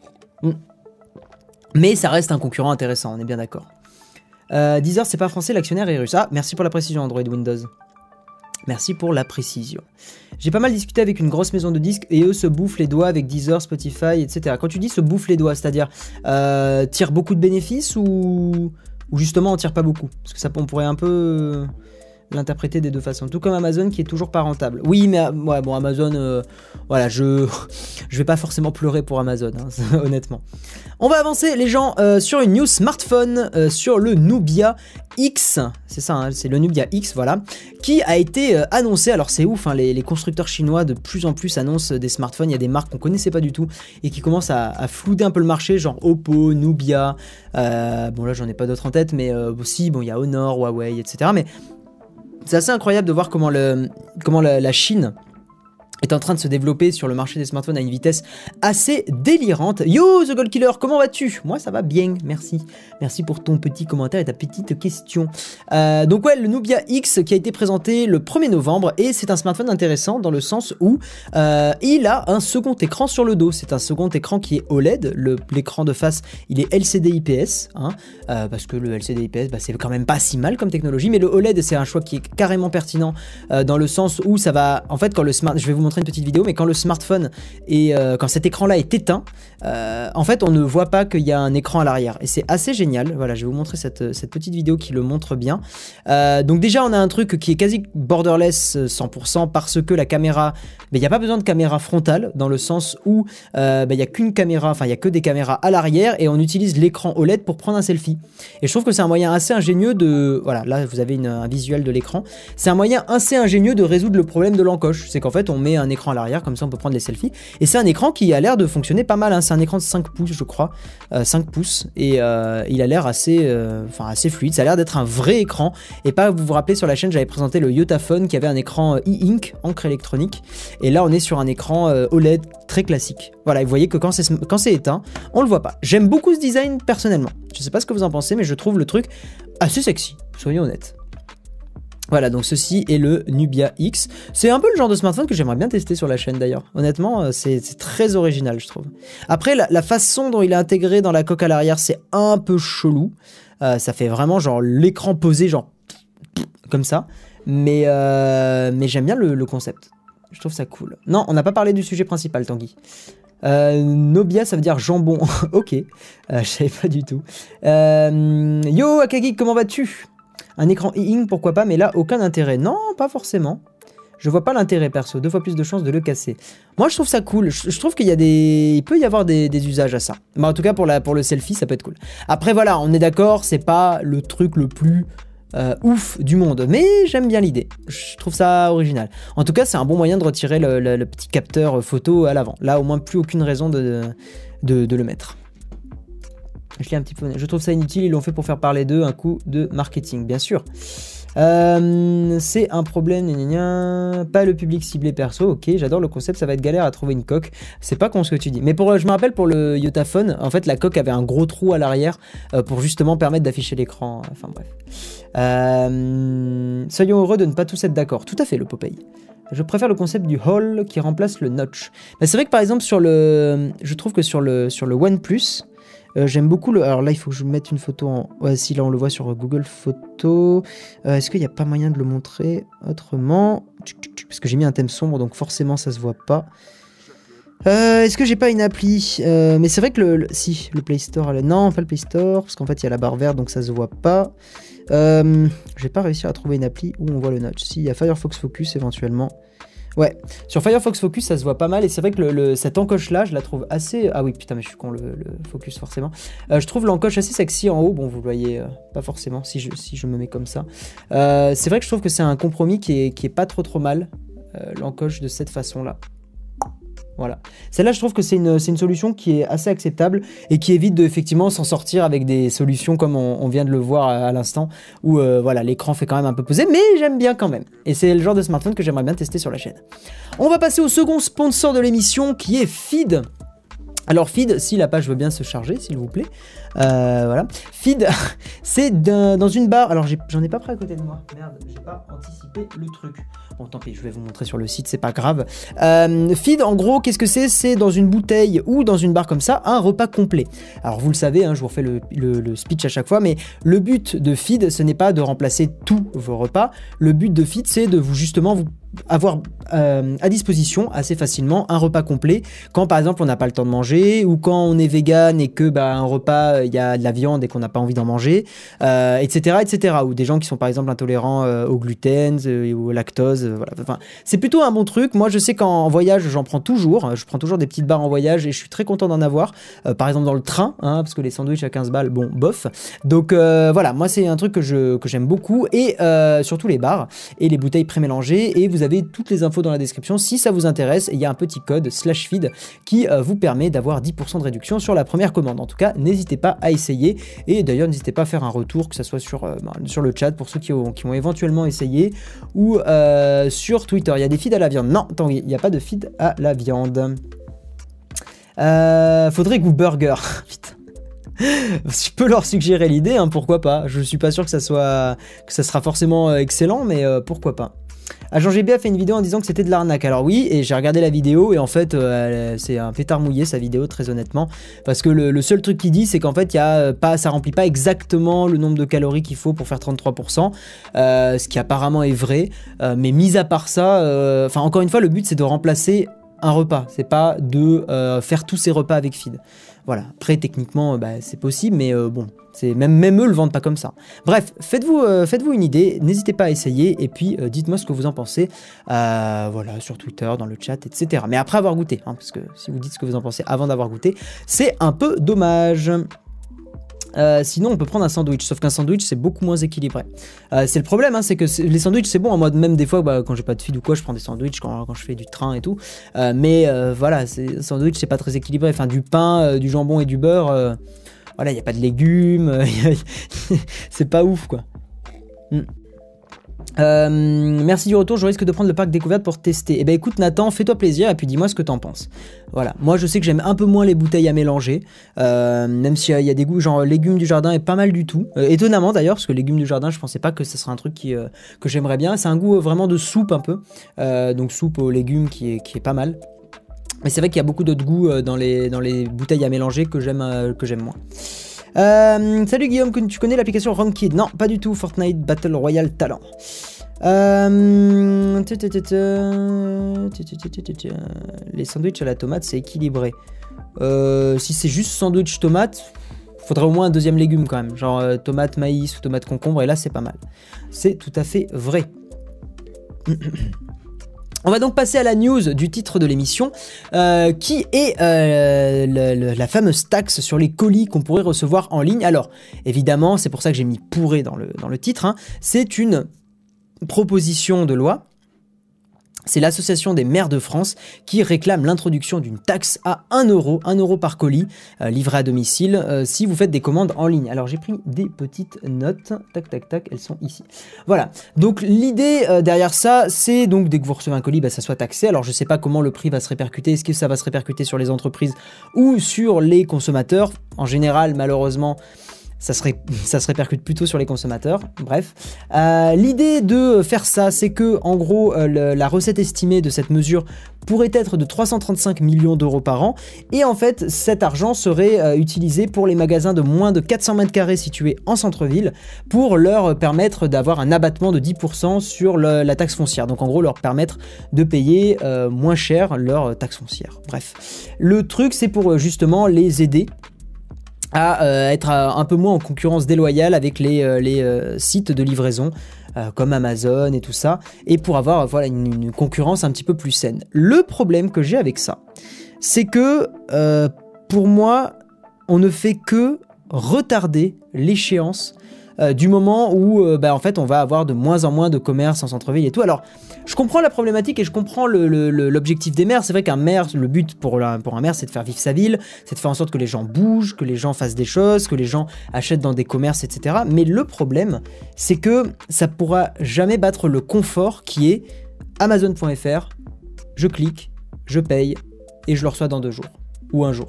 Mais ça reste un concurrent intéressant, on est bien d'accord. Deezer, c'est pas français, l'actionnaire est russe. Ah, merci pour la précision, Android Windows. Merci pour la précision. J'ai pas mal discuté avec une grosse maison de disques et eux se bouffent les doigts avec Deezer, Spotify, etc. Quand tu dis se bouffent les doigts, c'est-à-dire tire beaucoup de bénéfices ou justement on tire pas beaucoup? Parce que ça, on pourrait un peu l'interpréter des deux façons. Tout comme Amazon qui est toujours pas rentable. Oui, mais ouais, bon, Amazon, voilà, je vais pas forcément pleurer pour Amazon, hein, honnêtement. On va avancer, les gens, sur une news smartphone, sur le Nubia X, c'est ça, hein, c'est le Nubia X, voilà, qui a été annoncé. Alors c'est ouf, hein, les constructeurs chinois de plus en plus annoncent des smartphones. Il y a des marques qu'on connaissait pas du tout et qui commencent à flouder un peu le marché, genre Oppo, Nubia, bon là j'en ai pas d'autres en tête, mais aussi, bon, il y a Honor, Huawei, etc. Mais c'est assez incroyable de voir comment la Chine est en train de se développer sur le marché des smartphones à une vitesse assez délirante. Yo, The Gold Killer, comment vas-tu? Moi, ça va bien, merci. Merci pour ton petit commentaire et ta petite question. Donc ouais, le Nubia X qui a été présenté le 1er novembre, et c'est un smartphone intéressant dans le sens où il a un second écran sur le dos. C'est un second écran qui est OLED. L'écran de face, il est LCD IPS, hein, parce que le LCD IPS, bah, c'est quand même pas si mal comme technologie, mais le OLED, c'est un choix qui est carrément pertinent dans le sens où ça va, en fait, quand le smart, je vais vous montrer une petite vidéo, mais quand le smartphone et quand cet écran là est éteint, en fait on ne voit pas qu'il y a un écran à l'arrière, et c'est assez génial. Voilà, je vais vous montrer cette petite vidéo qui le montre bien. Donc déjà on a un truc qui est quasi borderless 100% parce que la caméra, il n'y a pas besoin de caméra frontale, dans le sens où il n'y a qu'une caméra, enfin il n'y a que des caméras à l'arrière, et on utilise l'écran OLED pour prendre un selfie. Et je trouve que c'est un moyen assez ingénieux de, voilà, là vous avez un visuel de l'écran, c'est un moyen assez ingénieux de résoudre le problème de l'encoche. C'est qu'en fait on met un écran à l'arrière, comme ça on peut prendre les selfies, et c'est un écran qui a l'air de fonctionner pas mal, hein. C'est un écran de 5 pouces je crois, 5 pouces, et il a l'air assez fluide, ça a l'air d'être un vrai écran, et pas, vous vous rappelez sur la chaîne j'avais présenté le Yotaphone qui avait un écran e-ink, encre électronique, et là on est sur un écran OLED très classique. Voilà, et vous voyez que quand c'est éteint, on le voit pas. J'aime beaucoup ce design personnellement, je sais pas ce que vous en pensez, mais je trouve le truc assez sexy, soyons honnêtes. Voilà, donc ceci est le Nubia X. C'est un peu le genre de smartphone que j'aimerais bien tester sur la chaîne d'ailleurs. Honnêtement, c'est très original, je trouve. Après, la façon dont il est intégré dans la coque à l'arrière, c'est un peu chelou. Ça fait vraiment genre l'écran posé, genre comme ça. Mais j'aime bien le concept. Je trouve ça cool. Non, on n'a pas parlé du sujet principal, Tanguy. Nobia, ça veut dire jambon. Ok, je savais pas du tout. Yo, Akagi, comment vas-tu? Un écran e-ink, pourquoi pas, mais là, aucun intérêt. Non, pas forcément. Je vois pas l'intérêt, perso. 2 fois plus de chances de le casser. Moi, je trouve ça cool. Je trouve qu'il y a il peut y avoir des usages à ça. Mais en tout cas, pour le selfie, ça peut être cool. Après, voilà, on est d'accord, c'est pas le truc le plus ouf du monde. Mais j'aime bien l'idée. Je trouve ça original. En tout cas, c'est un bon moyen de retirer le petit capteur photo à l'avant. Là, au moins, plus aucune raison de le mettre. Je lis un petit peu. Je trouve ça inutile, ils l'ont fait pour faire parler d'eux, un coup de marketing, bien sûr. C'est un problème, gna gna gna. Pas le public ciblé perso, ok, j'adore le concept, ça va être galère à trouver une coque. C'est pas con ce que tu dis. Mais je me rappelle pour le Yotaphone, en fait la coque avait un gros trou à l'arrière pour justement permettre d'afficher l'écran. Enfin bref. Soyons heureux de ne pas tous être d'accord. Tout à fait, le Popeye. Je préfère le concept du hole qui remplace le notch. Mais c'est vrai que par exemple je trouve que sur le OnePlus, j'aime beaucoup le... Alors là, il faut que je mette une photo en... Ouais, si, là, on le voit sur Google Photos. Est-ce qu'il n'y a pas moyen de le montrer autrement? Parce que j'ai mis un thème sombre, donc forcément, ça se voit pas. Est-ce que j'ai pas une appli? Mais c'est vrai que si, le Play Store... Non, pas le Play Store, parce qu'en fait, il y a la barre verte, donc ça se voit pas. Je vais pas réussir à trouver une appli où on voit le notch. Si, il y a Firefox Focus, éventuellement. Ouais, sur Firefox Focus ça se voit pas mal, et c'est vrai que cette encoche là je la trouve assez... Ah oui putain mais je suis con, le focus forcément. Je trouve l'encoche assez sexy en haut, bon vous le voyez pas forcément si je me mets comme ça. C'est vrai que je trouve que c'est un compromis qui est pas trop mal, l'encoche de cette façon là. Voilà. Celle-là, je trouve que c'est une solution qui est assez acceptable et qui évite de effectivement s'en sortir avec des solutions comme on vient de le voir à l'instant, où voilà, l'écran fait quand même un peu peser, mais j'aime bien quand même. Et c'est le genre de smartphone que j'aimerais bien tester sur la chaîne. On va passer au second sponsor de l'émission qui est Feed. Alors Feed, si la page veut bien se charger, s'il vous plaît, voilà. Feed, c'est dans une barre, alors j'en ai pas pris à côté de moi, merde, j'ai pas anticipé le truc. Bon, tant pis, je vais vous montrer sur le site, c'est pas grave. Feed, en gros, qu'est-ce que c'est? C'est dans une bouteille ou dans une barre comme ça, un repas complet. Alors vous le savez, hein, je vous refais le speech à chaque fois, mais le but de Feed, ce n'est pas de remplacer tous vos repas. Le but de Feed, c'est de vous avoir à disposition assez facilement un repas complet quand par exemple on n'a pas le temps de manger ou quand on est vegan et que un repas il y a de la viande et qu'on n'a pas envie d'en manger, etc., ou des gens qui sont par exemple intolérants au gluten ou au lactose, voilà. Enfin, c'est plutôt un bon truc. Moi je sais qu'en voyage je prends toujours des petites barres en voyage et je suis très content d'en avoir, par exemple dans le train, hein, parce que les sandwichs à 15 balles, bon bof, donc voilà, moi c'est un truc que j'aime beaucoup, et surtout les barres et les bouteilles pré-mélangées, et vous avez toutes les infos dans la description si ça vous intéresse. Il y a un petit code /feed qui vous permet d'avoir 10% de réduction sur la première commande. En tout cas, n'hésitez pas à essayer, et d'ailleurs n'hésitez pas à faire un retour, que ce soit sur le chat pour ceux qui ont éventuellement essayé, ou sur Twitter. Il y a des feeds à la viande? Non, attends, il n'y a pas de feed à la viande. Faudrait Go Burger. Putain. Je peux leur suggérer l'idée, hein, pourquoi pas. Je suis pas sûr que ça sera forcément excellent, mais pourquoi pas. Agent GB a fait une vidéo en disant que c'était de l'arnaque. Alors oui, et j'ai regardé la vidéo, et en fait c'est un pétard mouillé sa vidéo, très honnêtement, parce que le seul truc qu'il dit, c'est qu'en fait ça remplit pas exactement le nombre de calories qu'il faut pour faire 33%, ce qui apparemment est vrai, mais mis à part ça, encore une fois, le but c'est de remplacer un repas, c'est pas de faire tous ces repas avec Feed. Voilà, après techniquement c'est possible, mais bon, même eux le vendent pas comme ça. Bref, faites-vous une idée, n'hésitez pas à essayer, et puis dites-moi ce que vous en pensez, voilà, sur Twitter, dans le chat, etc. Mais après avoir goûté, hein, parce que si vous dites ce que vous en pensez avant d'avoir goûté, c'est un peu dommage. Sinon on peut prendre un sandwich, sauf qu'un sandwich c'est beaucoup moins équilibré. C'est le problème, hein, c'est que les sandwichs c'est bon, moi même des fois quand j'ai pas de feed ou quoi, je prends des sandwichs quand je fais du train et tout, mais voilà, sandwich c'est pas très équilibré, enfin du pain, du jambon et du beurre, voilà, il n'y a pas de légumes, c'est pas ouf quoi. Merci du retour, je risque de prendre le pack découverte pour tester. Eh ben écoute Nathan, fais-toi plaisir et puis dis-moi ce que t'en penses. Voilà, moi je sais que j'aime un peu moins les bouteilles à mélanger, même s'il y a des goûts, genre légumes du jardin est pas mal du tout, étonnamment d'ailleurs, parce que légumes du jardin je pensais pas que ce serait un truc que j'aimerais bien. C'est un goût vraiment de soupe un peu, donc soupe aux légumes qui est pas mal. Mais c'est vrai qu'il y a beaucoup d'autres goûts dans les bouteilles à mélanger que j'aime moins. Salut Guillaume, tu connais l'application Ranked? Non, pas du tout. Fortnite Battle Royale Talent. Les sandwichs à la tomate, c'est équilibré. Si c'est juste sandwich tomate, faudrait au moins un deuxième légume quand même, genre tomate maïs ou tomate concombre, et là c'est pas mal. C'est tout à fait vrai. On va donc passer à la news du titre de l'émission, qui est la fameuse taxe sur les colis qu'on pourrait recevoir en ligne. Alors, évidemment, c'est pour ça que j'ai mis « pourrait » dans le titre, hein. C'est une proposition de loi. C'est l'association des maires de France qui réclame l'introduction d'une taxe à 1 euro par colis livré à domicile si vous faites des commandes en ligne. Alors j'ai pris des petites notes, tac, elles sont ici. Voilà, donc l'idée derrière ça, c'est donc dès que vous recevez un colis, ça soit taxé. Alors je sais pas comment le prix va se répercuter, est-ce que ça va se répercuter sur les entreprises ou sur les consommateurs? En général, malheureusement, ça se répercute plutôt sur les consommateurs. Bref, l'idée de faire ça, c'est que en gros, la recette estimée de cette mesure pourrait être de 335 millions d'euros par an, et en fait, cet argent serait utilisé pour les magasins de moins de 400 mètres carrés situés en centre-ville, pour leur permettre d'avoir un abattement de 10% sur la taxe foncière. Donc en gros, leur permettre de payer moins cher leur taxe foncière. Bref, le truc, c'est pour justement les aider à être un peu moins en concurrence déloyale avec les sites de livraison comme Amazon et tout ça, et pour avoir voilà, une concurrence un petit peu plus saine. Le problème que j'ai avec ça, c'est que pour moi, on ne fait que retarder l'échéance du moment où en fait on va avoir de moins en moins de commerces en centre-ville et tout. Alors je comprends la problématique et je comprends l'objectif des maires. C'est vrai qu'un maire, le but pour un maire, c'est de faire vivre sa ville, c'est de faire en sorte que les gens bougent, que les gens fassent des choses, que les gens achètent dans des commerces, etc. Mais le problème, c'est que ça pourra jamais battre le confort qui est Amazon.fr, je clique, je paye et je le reçois dans 2 jours ou 1 jour.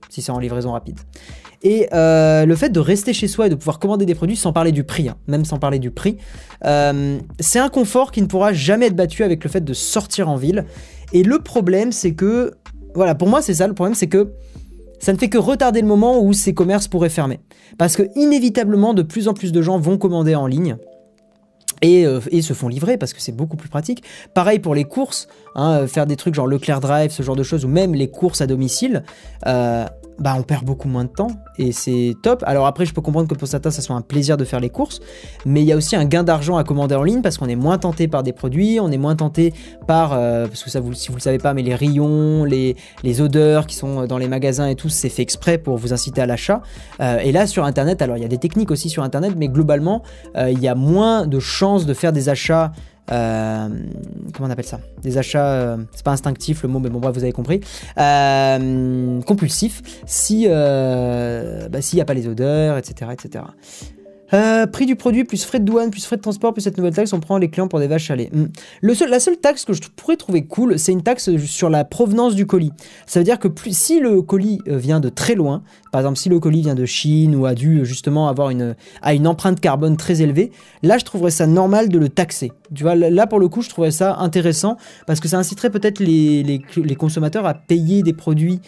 si c'est en livraison rapide. Et le fait de rester chez soi et de pouvoir commander des produits sans parler du prix, hein, même sans parler du prix, c'est un confort qui ne pourra jamais être battu avec le fait de sortir en ville. Et le problème, c'est que, voilà, pour moi c'est ça, le problème c'est que ça ne fait que retarder le moment où ces commerces pourraient fermer. Parce que inévitablement, de plus en plus de gens vont commander en ligne. Et se font livrer parce que c'est beaucoup plus pratique. Pareil pour les courses, hein, faire des trucs genre Leclerc Drive, ce genre de choses, ou même les courses à domicile, bah on perd beaucoup moins de temps et c'est top. Alors après, je peux comprendre que pour certains, ça soit un plaisir de faire les courses, mais il y a aussi un gain d'argent à commander en ligne parce qu'on est moins tenté par des produits, on est moins tenté par, parce que ça, si vous le savez pas, mais les rayons, les odeurs qui sont dans les magasins et tout, c'est fait exprès pour vous inciter à l'achat. Et là, sur Internet, alors il y a des techniques aussi sur Internet, mais globalement, il y a moins de chances de faire des achats. Comment on appelle ça? Des achats, c'est pas instinctif le mot, mais bon bref, vous avez compris. Compulsifs, s'il n'y a pas les odeurs, etc. etc. Prix du produit, plus frais de douane, plus frais de transport, plus cette nouvelle taxe, on prend les clients pour des vaches à lait. La seule taxe que je pourrais trouver cool, c'est une taxe sur la provenance du colis. Ça veut dire que si le colis vient de très loin, par exemple si le colis vient de Chine ou a dû justement avoir une empreinte carbone très élevée, là je trouverais ça normal de le taxer. Tu vois, là pour le coup je trouverais ça intéressant parce que ça inciterait peut-être les consommateurs à payer des produits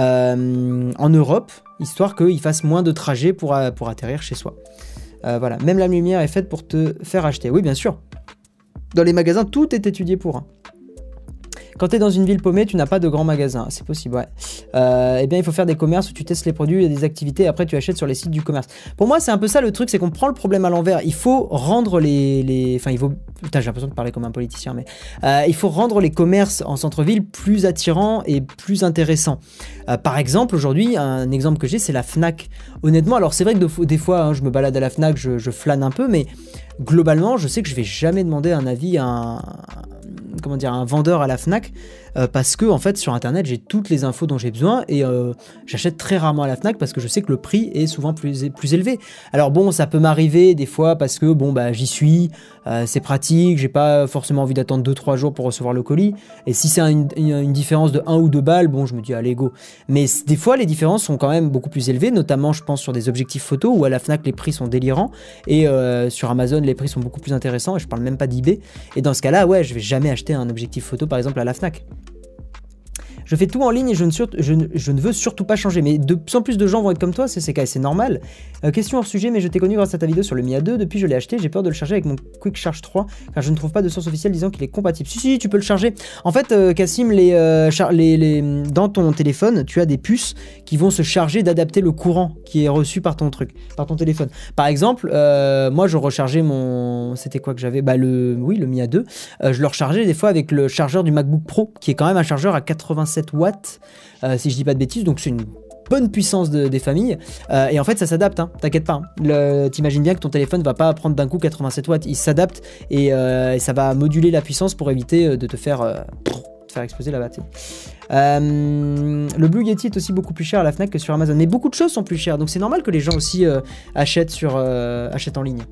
en Europe, histoire qu'ils fassent moins de trajets pour atterrir chez soi. Voilà, même la lumière est faite pour te faire acheter. Oui, bien sûr. Dans les magasins, tout est étudié pour. Hein. Quand tu es dans une ville paumée, tu n'as pas de grands magasins. C'est possible, ouais. Eh bien, il faut faire des commerces où tu testes les produits, il y a des activités, et après tu achètes sur les sites du commerce. Pour moi, c'est un peu ça le truc, c'est qu'on prend le problème à l'envers. Il faut rendre Enfin, il faut... Putain, j'ai l'impression de parler comme un politicien, mais... il faut rendre les commerces en centre-ville plus attirants et plus intéressants. Par exemple, aujourd'hui, un exemple que j'ai, c'est la Fnac. Honnêtement, alors c'est vrai que des fois, hein, je me balade à la Fnac, je flâne un peu, mais globalement, je sais que je vais jamais demander un avis à un vendeur à la Fnac parce que en fait sur internet j'ai toutes les infos dont j'ai besoin et j'achète très rarement à la Fnac parce que je sais que le prix est souvent plus élevé. Alors bon, ça peut m'arriver des fois parce que bon bah j'y suis, c'est pratique, j'ai pas forcément envie d'attendre 2-3 jours pour recevoir le colis, et si c'est une différence de 1 ou 2 balles, bon je me dis allez go. Mais des fois les différences sont quand même beaucoup plus élevées, notamment je pense sur des objectifs photo où à la Fnac les prix sont délirants et sur Amazon les prix sont beaucoup plus intéressants, et je parle même pas d'eBay, et dans ce cas là ouais, je vais jamais acheter un objectif photo par exemple à la Fnac. Je fais tout en ligne et je ne veux surtout pas changer. Mais de plus en plus de gens vont être comme toi, c'est normal. Question hors sujet, mais je t'ai connu grâce à ta vidéo sur le Mi A2. Depuis, je l'ai acheté. J'ai peur de le charger avec mon Quick Charge 3 car je ne trouve pas de source officielle disant qu'il est compatible. Si, tu peux le charger. En fait, Cassim, dans ton téléphone, tu as des puces qui vont se charger d'adapter le courant qui est reçu par ton téléphone. Par exemple, moi, je rechargeais c'était quoi que j'avais? Le Mi A2. Je le rechargeais des fois avec le chargeur du MacBook Pro, qui est quand même un chargeur à 87 watts, si je dis pas de bêtises, donc c'est une bonne puissance des familles, et en fait ça s'adapte, hein, t'inquiète pas, hein. T'imagines bien que ton téléphone va pas prendre d'un coup 87 watts, il s'adapte et ça va moduler la puissance pour éviter de te faire exploser la batterie. Le Blue Yeti est aussi beaucoup plus cher à la Fnac que sur Amazon, mais beaucoup de choses sont plus chères, donc c'est normal que les gens aussi achètent en ligne.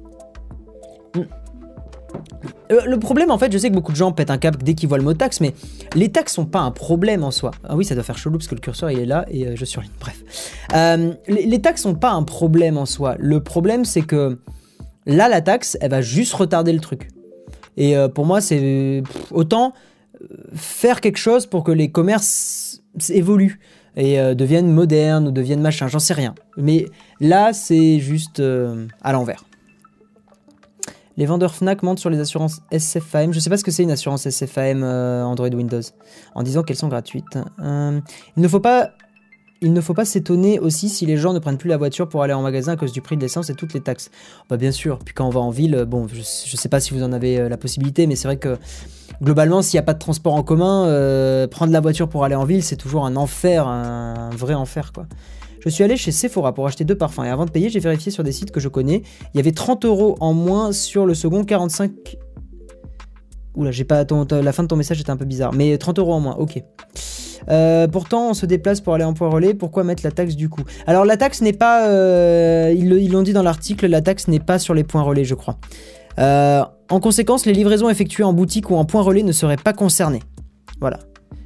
Le problème, en fait, je sais que beaucoup de gens pètent un câble dès qu'ils voient le mot taxe, mais les taxes sont pas un problème en soi. Ah oui, ça doit faire chelou parce que le curseur il est là et je surligne. Bref, les taxes sont pas un problème en soi. Le problème, c'est que là, la taxe, elle va juste retarder le truc. Et pour moi, c'est autant faire quelque chose pour que les commerces évoluent et deviennent modernes ou deviennent machin. J'en sais rien. Mais là, c'est juste à l'envers. Les vendeurs Fnac mentent sur les assurances SFAM. Je ne sais pas ce que c'est une assurance SFAM Android Windows, en disant qu'elles sont gratuites. Il ne faut pas s'étonner aussi si les gens ne prennent plus la voiture pour aller en magasin à cause du prix de l'essence et toutes les taxes. Bah bien sûr, puis quand on va en ville, bon, je ne sais pas si vous en avez la possibilité, mais c'est vrai que globalement, s'il n'y a pas de transport en commun, prendre la voiture pour aller en ville, c'est toujours un enfer, un vrai enfer, quoi. Je suis allé chez Sephora pour acheter 2 parfums et avant de payer, j'ai vérifié sur des sites que je connais. Il y avait 30 € en moins sur le second, 45... Oula, j'ai pas la fin de ton message était un peu bizarre, mais 30 € en moins, ok. Pourtant, on se déplace pour aller en point relais. Pourquoi mettre la taxe du coup? Alors la taxe n'est pas... ils l'ont dit dans l'article, la taxe n'est pas sur les points relais, je crois. En conséquence, les livraisons effectuées en boutique ou en point relais ne seraient pas concernées. Voilà.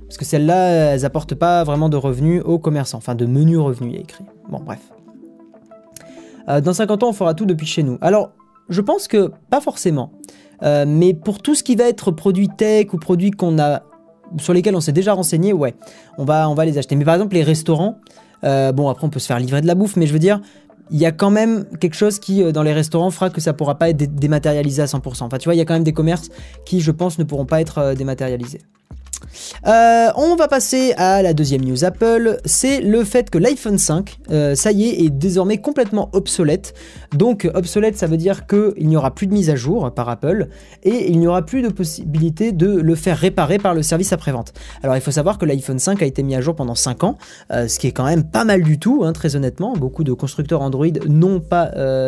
Parce que celles-là, elles apportent pas vraiment de revenus aux commerçants. Enfin, de menus revenus, il y a écrit. Bon, bref. Dans 50 ans, on fera tout depuis chez nous. Alors, je pense que pas forcément. Mais pour tout ce qui va être produit tech ou produits sur lesquels on s'est déjà renseigné, ouais, on va les acheter. Mais par exemple, les restaurants, bon, après, on peut se faire livrer de la bouffe, mais je veux dire, il y a quand même quelque chose qui, dans les restaurants, fera que ça pourra pas être dématérialisé à 100%. Enfin, tu vois, il y a quand même des commerces qui, je pense, ne pourront pas être dématérialisés. On va passer à la deuxième news Apple, c'est le fait que l'iPhone 5, ça y est désormais complètement obsolète. Donc obsolète, ça veut dire qu'il n'y aura plus de mise à jour par Apple et il n'y aura plus de possibilité de le faire réparer par le service après-vente. Alors il faut savoir que l'iPhone 5 a été mis à jour pendant 5 ans, ce qui est quand même pas mal du tout, hein, très honnêtement. Beaucoup de constructeurs Android n'ont pas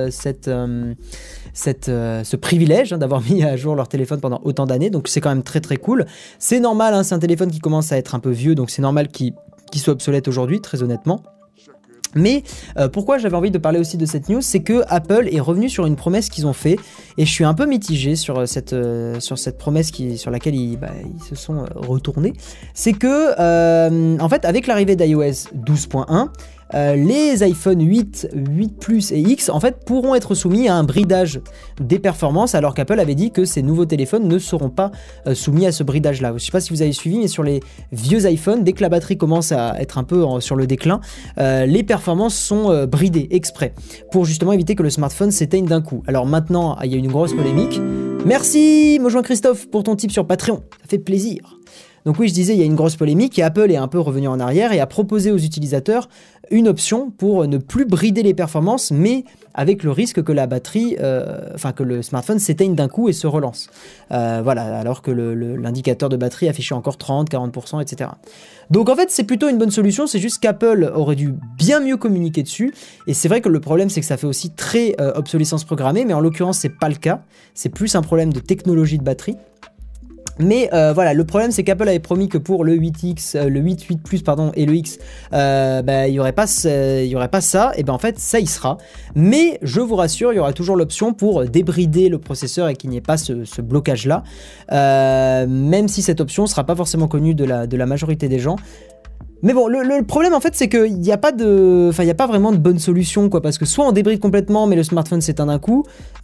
ce privilège d'avoir mis à jour leur téléphone pendant autant d'années, donc c'est quand même très très cool. C'est normal, hein, c'est un téléphone qui commence à être un peu vieux, donc c'est normal qu'il soit obsolète aujourd'hui, très honnêtement. Mais pourquoi j'avais envie de parler aussi de cette news, c'est que Apple est revenu sur une promesse qu'ils ont fait, et je suis un peu mitigé sur cette promesse sur laquelle ils se sont retournés. C'est que, en fait, avec l'arrivée d'iOS 12.1, les iPhone 8, 8 Plus et X en fait pourront être soumis à un bridage des performances, alors qu'Apple avait dit que ces nouveaux téléphones ne seront pas soumis à ce bridage là. Je ne sais pas si vous avez suivi, mais sur les vieux iPhones, dès que la batterie commence à être un peu sur le déclin, les performances sont bridées exprès pour justement éviter que le smartphone s'éteigne d'un coup. Alors maintenant, il y a une grosse polémique. Merci Mojoin Christophe pour ton tip sur Patreon, ça fait plaisir. Donc oui, je disais, il y a une grosse polémique et Apple est un peu revenu en arrière et a proposé aux utilisateurs une option pour ne plus brider les performances, mais avec le risque que la batterie, que le smartphone s'éteigne d'un coup et se relance. Voilà, alors que l'indicateur de batterie affichait encore 30, 40%, etc. Donc en fait, c'est plutôt une bonne solution, c'est juste qu'Apple aurait dû bien mieux communiquer dessus. Et c'est vrai que le problème, c'est que ça fait aussi très obsolescence programmée, mais en l'occurrence, c'est pas le cas. C'est plus un problème de technologie de batterie. Mais voilà, le problème c'est qu'Apple avait promis que pour le 8X, le 8 Plus pardon, et le X, il y aurait pas ça, et ben en fait ça y sera. Mais je vous rassure, il y aura toujours l'option pour débrider le processeur et qu'il n'y ait pas ce blocage là, même si cette option sera pas forcément connue de la majorité des gens. Mais bon, le problème en fait c'est qu'il n'y a pas vraiment de bonne solution quoi, parce que soit on débride complètement mais le smartphone s'éteint d'un coup,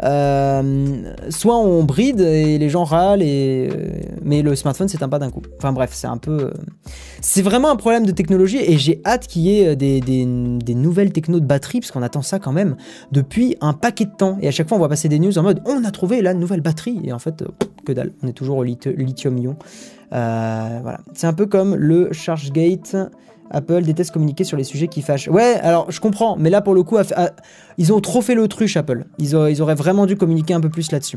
soit on bride et les gens râlent mais le smartphone s'éteint pas d'un coup. Enfin bref, c'est vraiment un problème de technologie et j'ai hâte qu'il y ait des nouvelles techno de batterie parce qu'on attend ça quand même depuis un paquet de temps et à chaque fois on voit passer des news en mode on a trouvé la nouvelle batterie et en fait que dalle, on est toujours au lithium-ion. Voilà. C'est un peu comme le ChargeGate. Apple déteste communiquer sur les sujets qui fâchent. Ouais, alors je comprends, mais là pour le coup, ils ont trop fait l'autruche Apple. Ils auraient vraiment dû communiquer un peu plus là-dessus.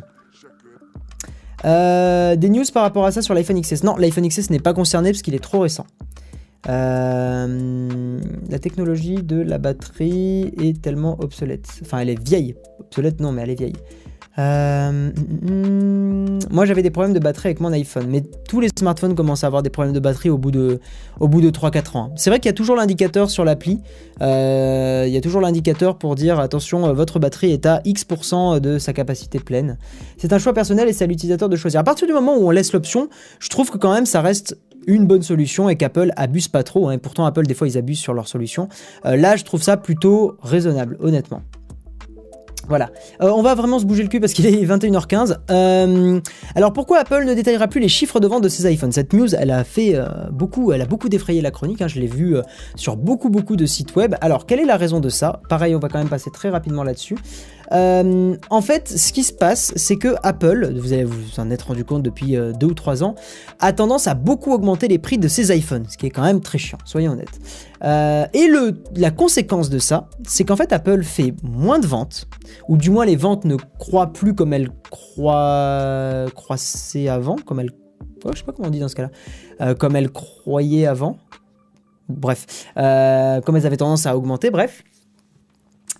Des news par rapport à ça sur l'iPhone XS. Non, l'iPhone XS n'est pas concerné parce qu'il est trop récent. La technologie de la batterie est tellement obsolète. Enfin, elle est vieille. Obsolète, non, mais elle est vieille. Moi j'avais des problèmes de batterie avec mon iPhone, mais tous les smartphones commencent à avoir des problèmes de batterie au bout de 3-4 ans. C'est vrai qu'il y a toujours l'indicateur sur l'appli, il y a toujours l'indicateur pour dire attention, votre batterie est à X% de sa capacité pleine. C'est un choix personnel et c'est à l'utilisateur de choisir. À partir du moment où on laisse l'option, je trouve que quand même ça reste une bonne solution et qu'Apple abuse pas trop, hein, et pourtant Apple des fois ils abusent sur leur solution. Là je trouve ça plutôt raisonnable, honnêtement. Voilà, on va vraiment se bouger le cul parce qu'il est 21h15. Alors pourquoi Apple ne détaillera plus les chiffres de vente de ses iPhones? Cette news, elle a beaucoup défrayé la chronique, hein, je l'ai vu sur beaucoup de sites web. Alors quelle est la raison de ça? Pareil, on va quand même passer très rapidement là-dessus. En fait, ce qui se passe, c'est que Apple, vous allez vous en être rendu compte depuis 2 ou 3 ans, a tendance à beaucoup augmenter les prix de ses iPhones, ce qui est quand même très chiant, soyons honnêtes. Et la conséquence de ça, c'est qu'en fait Apple fait moins de ventes, ou du moins les ventes ne croient plus comme elles croissaient avant, je sais pas comment on dit dans ce cas-là, comme elles croyaient avant, bref, comme elles avaient tendance à augmenter, bref.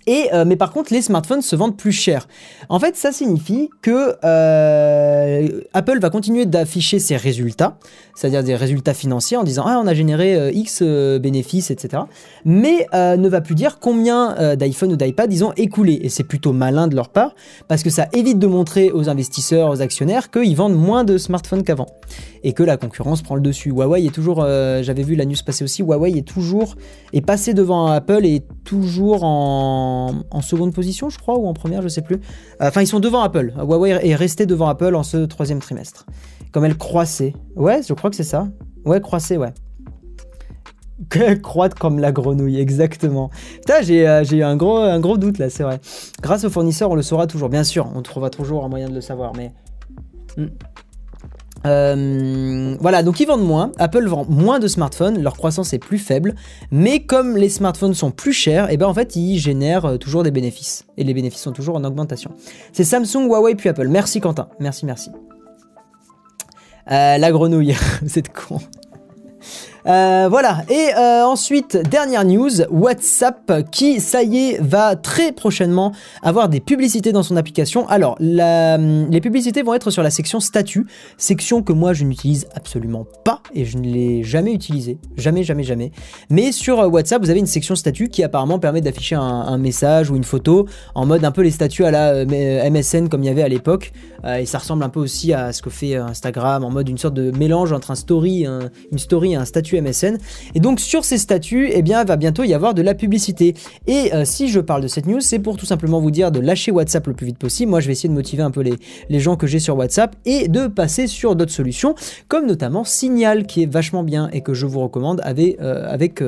Mais par contre, les smartphones se vendent plus cher. En fait, ça signifie que Apple va continuer d'afficher ses résultats, c'est-à-dire des résultats financiers en disant « Ah, on a généré X bénéfices, etc. » Mais ne va plus dire combien d'iPhone ou d'iPad ils ont écoulé. Et c'est plutôt malin de leur part, parce que ça évite de montrer aux investisseurs, aux actionnaires qu'ils vendent moins de smartphones qu'avant. Et que la concurrence prend le dessus. Huawei est toujours, j'avais vu la news passer aussi, Huawei est passé devant Apple et est toujours en seconde position, je crois, ou en première, je sais plus. Enfin, ils sont devant Apple. Huawei est resté devant Apple en ce troisième trimestre. Comme elle croissait. Ouais, je crois que c'est ça. Ouais, croissait, ouais. Croître comme la grenouille, exactement. Putain, j'ai eu un gros doute là, c'est vrai. Grâce aux fournisseurs, on le saura toujours. Bien sûr, on trouvera toujours un moyen de le savoir, mais... voilà, donc ils vendent moins, Apple vend moins de smartphones, leur croissance est plus faible, mais comme les smartphones sont plus chers, et ben en fait ils génèrent toujours des bénéfices, et les bénéfices sont toujours en augmentation. C'est Samsung, Huawei puis Apple. Merci Quentin, merci. La grenouille, c'est con. Voilà, et ensuite, dernière news, WhatsApp qui, ça y est, va très prochainement avoir des publicités dans son application. Alors, les publicités vont être sur la section statut, section que moi je n'utilise absolument pas et je ne l'ai jamais utilisée, jamais. Mais sur WhatsApp, vous avez une section statut qui apparemment permet d'afficher un message ou une photo en mode un peu les statuts à la MSN comme il y avait à l'époque. Et ça ressemble un peu aussi à ce que fait Instagram, en mode une sorte de mélange entre une story et un statut MSN. Et donc sur ces statuts, eh bien, va bientôt y avoir de la publicité. Et si je parle de cette news, c'est pour tout simplement vous dire de lâcher WhatsApp le plus vite possible. Moi, je vais essayer de motiver un peu les gens que j'ai sur WhatsApp et de passer sur d'autres solutions, comme notamment Signal, qui est vachement bien et que je vous recommande avec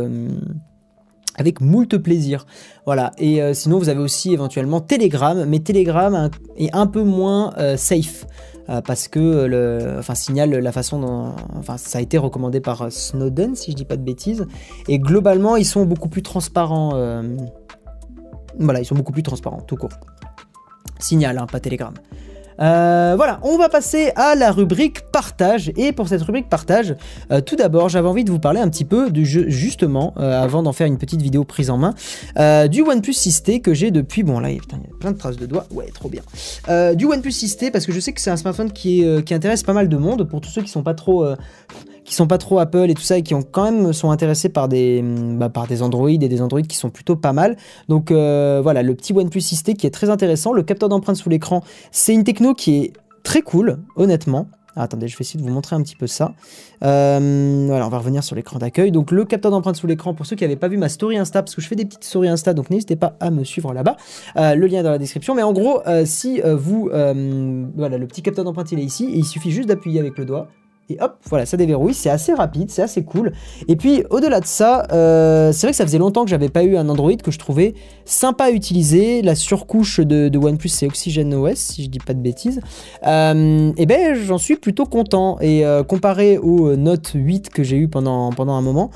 moult plaisir. Voilà, et sinon vous avez aussi éventuellement Telegram, mais Telegram est un peu moins safe. Parce que Signal, la façon dont ça a été recommandé par Snowden, si je dis pas de bêtises, et globalement ils sont beaucoup plus transparents. Voilà, ils sont beaucoup plus transparents, tout court. Signal, hein, pas Telegram. Voilà, on va passer à la rubrique partage. Et pour cette rubrique partage, tout d'abord, j'avais envie de vous parler un petit peu du jeu, justement, avant d'en faire une petite vidéo prise en main, du OnePlus 6T que j'ai depuis. Bon, là, putain, il y a plein de traces de doigts. Ouais, trop bien. Du OnePlus 6T, parce que je sais que c'est un smartphone qui intéresse pas mal de monde. Pour tous ceux qui sont pas trop Apple et tout ça, et qui sont intéressés par des Android et des Android qui sont plutôt pas mal. Donc voilà, le petit OnePlus 6T qui est très intéressant. Le capteur d'empreinte sous l'écran, c'est une techno qui est très cool, honnêtement. Ah, attendez, je vais essayer de vous montrer un petit peu ça. Voilà, on va revenir sur l'écran d'accueil. Donc le capteur d'empreinte sous l'écran, pour ceux qui n'avaient pas vu ma story Insta, parce que je fais des petites stories Insta, donc n'hésitez pas à me suivre là-bas. Le lien est dans la description. Mais en gros, si voilà, le petit capteur d'empreinte il est ici, et il suffit juste d'appuyer avec le doigt. Et hop, voilà, ça déverrouille, c'est assez rapide, c'est assez cool. Et puis, au-delà de ça, c'est vrai que ça faisait longtemps que j'avais pas eu un Android que je trouvais sympa à utiliser. La surcouche de OnePlus, c'est OxygenOS, si je dis pas de bêtises. Et ben, j'en suis plutôt content. Et comparé au Note 8 que j'ai eu pendant un moment,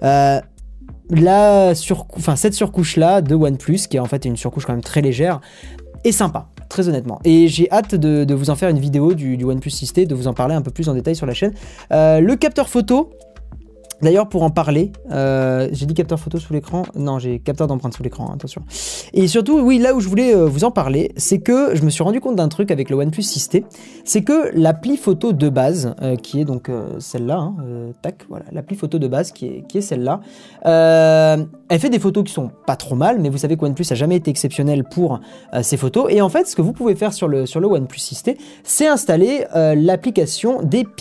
cette surcouche-là de OnePlus, qui est en fait une surcouche quand même très légère, est sympa. Très honnêtement. Et j'ai hâte de vous en faire une vidéo du OnePlus 6T, de vous en parler un peu plus en détail sur la chaîne. Le capteur photo, d'ailleurs pour en parler, j'ai dit capteur photo sous l'écran, non j'ai capteur d'empreinte sous l'écran, attention. Et surtout, oui, là où je voulais vous en parler, c'est que je me suis rendu compte d'un truc avec le OnePlus 6T, c'est que l'appli photo de base, qui est donc celle-là, hein, tac, voilà, l'appli photo de base qui est celle-là, elle fait des photos qui sont pas trop mal, mais vous savez que OnePlus a jamais été exceptionnel pour ses photos, et en fait, ce que vous pouvez faire sur le OnePlus 6T, c'est installer l'application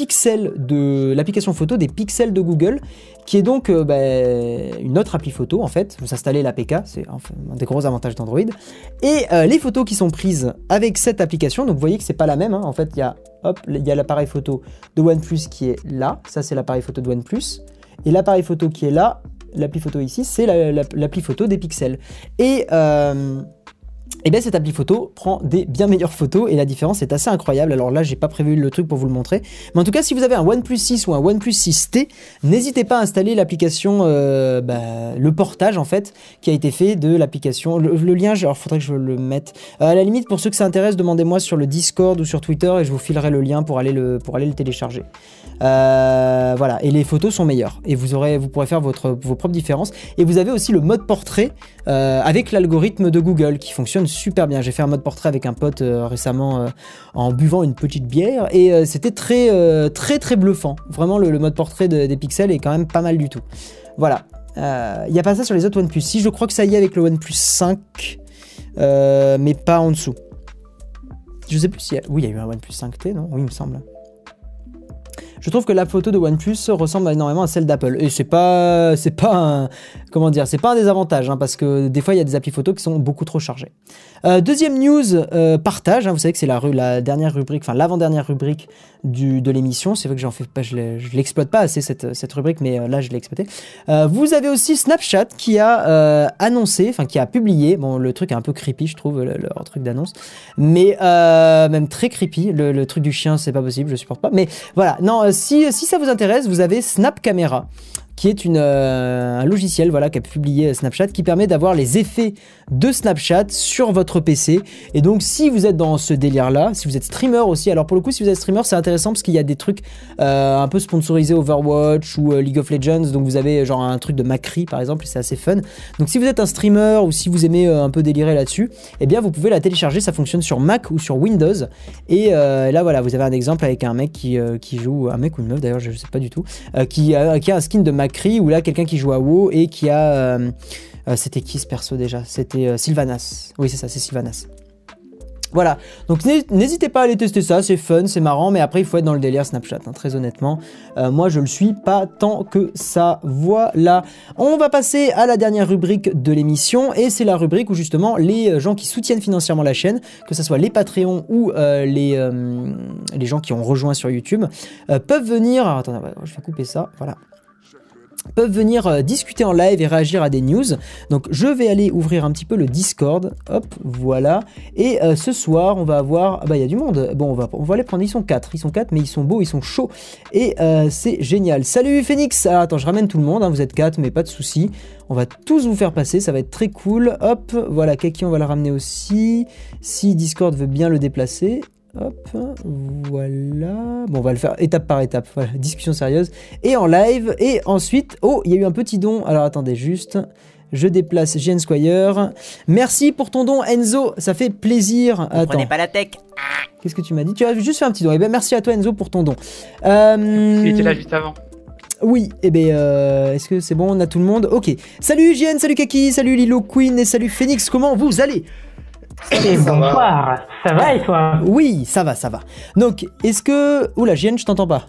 photo des pixels de Google, qui est donc une autre appli photo en fait. Vous installez l'APK, c'est un des gros avantages d'Android. Et les photos qui sont prises avec cette application, donc vous voyez que c'est pas la même, hein. En fait il y a l'appareil photo de OnePlus qui est là, ça c'est l'appareil photo de OnePlus, et l'appareil photo qui est là, l'appli photo ici, c'est l'appli photo des pixels. Et bien cette appli photo prend des bien meilleures photos et la différence est assez incroyable. Alors là, j'ai pas prévu le truc pour vous le montrer. Mais en tout cas, si vous avez un OnePlus 6 ou un OnePlus 6T, n'hésitez pas à installer l'application, le portage en fait, qui a été fait de l'application. Le lien, alors faudrait que je le mette. À la limite, pour ceux que ça intéresse, demandez-moi sur le Discord ou sur Twitter et je vous filerai le lien pour aller le télécharger. Voilà, et les photos sont meilleures et vous pourrez faire vos propres différences. Et vous avez aussi le mode portrait avec l'algorithme de Google qui fonctionne super bien. J'ai fait un mode portrait avec un pote récemment en buvant une petite bière et c'était très bluffant. Vraiment, le mode portrait des pixels est quand même pas mal du tout. Voilà. Il n'y a pas ça sur les autres OnePlus. Si, je crois que ça y est avec le OnePlus 5, mais pas en dessous. Je sais plus si... Oui, il y a eu un OnePlus 5T, non? Oui, il me semble. Je trouve que la photo de OnePlus ressemble énormément à celle d'Apple. Et c'est pas un, comment dire, c'est pas un désavantage, hein, parce que des fois il y a des applis photos qui sont beaucoup trop chargées. Deuxième news, partage. Hein, vous savez que c'est la dernière rubrique, enfin l'avant-dernière rubrique de l'émission. C'est vrai que j'en fais pas, je l'exploite pas assez cette rubrique, mais là je l'ai exploité. Vous avez aussi Snapchat qui a annoncé, enfin qui a publié. Bon, le truc est un peu creepy, je trouve, leur truc d'annonce, mais même très creepy. Le truc du chien, c'est pas possible, je supporte pas. Mais voilà, non. Si ça vous intéresse, vous avez Snap Camera, qui est un logiciel qu'a publié Snapchat, qui permet d'avoir les effets de Snapchat sur votre PC. Et donc, si vous êtes dans ce délire-là, si vous êtes streamer aussi, alors pour le coup, si vous êtes streamer, c'est intéressant parce qu'il y a des trucs un peu sponsorisés Overwatch ou League of Legends. Donc, vous avez genre un truc de Macri, par exemple, et c'est assez fun. Donc, si vous êtes un streamer ou si vous aimez un peu délirer là-dessus, eh bien, vous pouvez la télécharger. Ça fonctionne sur Mac ou sur Windows. Et là, voilà, vous avez un exemple avec un mec qui joue, un mec ou une meuf d'ailleurs, je sais pas du tout, qui a un skin de Macri, ou là quelqu'un qui joue à WoW et qui a c'était qui ce perso déjà? C'était Sylvanas. Oui, c'est ça, c'est Sylvanas. Voilà, donc n'hésitez pas à aller tester ça, c'est fun, c'est marrant, mais après il faut être dans le délire Snapchat, hein, très honnêtement. Moi je le suis pas tant que ça. Voilà, on va passer à la dernière rubrique de l'émission, et c'est la rubrique où justement les gens qui soutiennent financièrement la chaîne, que ce soit les Patreons ou les gens qui ont rejoint sur YouTube, peuvent venir... Alors, attendez, je vais couper ça, voilà. Peuvent venir discuter en live et réagir à des news. Donc je vais aller ouvrir un petit peu le Discord. Hop, voilà. Et ce soir, on va avoir... Ah bah il y a du monde. Bon, on va les prendre. Ils sont 4, mais ils sont beaux, ils sont chauds. Et c'est génial. Salut Phoenix. Alors attends, je ramène tout le monde. Hein. Vous êtes 4, mais pas de soucis. On va tous vous faire passer. Ça va être très cool. Hop, voilà. Kaki, on va la ramener aussi. Si Discord veut bien le déplacer. Hop, voilà. Bon, on va le faire étape par étape. Voilà, discussion sérieuse. Et en live. Et ensuite, oh, il y a eu un petit don. Alors, attendez, juste. Je déplace JN Squire. Merci pour ton don, Enzo. Ça fait plaisir. Vous prenez pas la tech. Qu'est-ce que tu m'as dit? Tu as juste fait un petit don. Eh bien, merci à toi, Enzo, pour ton don. Il était là juste avant. Oui, eh bien, est-ce que c'est bon? On a tout le monde? Ok. Salut JN, salut Kaki, salut Lilo Queen et salut Phoenix. Comment vous allez? Et bonsoir, ça va et toi? Oui, ça va. Donc, est-ce que... Oula, JN, je t'entends pas.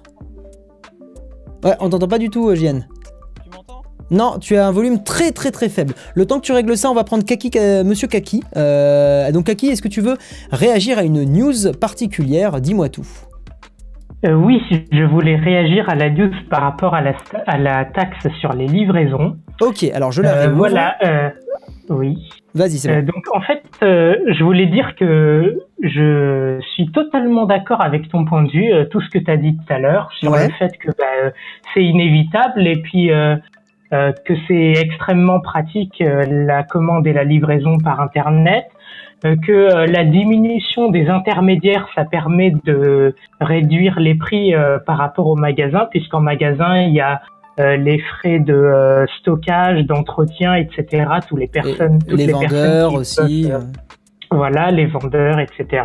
Ouais, on t'entend pas du tout, JN. Tu m'entends? Non, tu as un volume très faible. Le temps que tu règles ça, on va prendre Kaki, Monsieur Kaki. Donc Kaki, est-ce que tu veux réagir à une news particulière? Dis-moi tout. Oui, je voulais réagir à la news par rapport à la taxe sur les livraisons. Ok, alors je la réouvre. Voilà, oui. Vas-y, c'est bon. Donc en fait, je voulais dire que je suis totalement d'accord avec ton point de vue, tout ce que tu as dit tout à l'heure, sur le fait que c'est inévitable et puis que c'est extrêmement pratique la commande et la livraison par Internet, que la diminution des intermédiaires, ça permet de réduire les prix par rapport au magasin, puisqu'en magasin, il y a les frais de stockage, d'entretien, etc. Toutes les personnes, les vendeurs aussi. Voilà, les vendeurs, etc.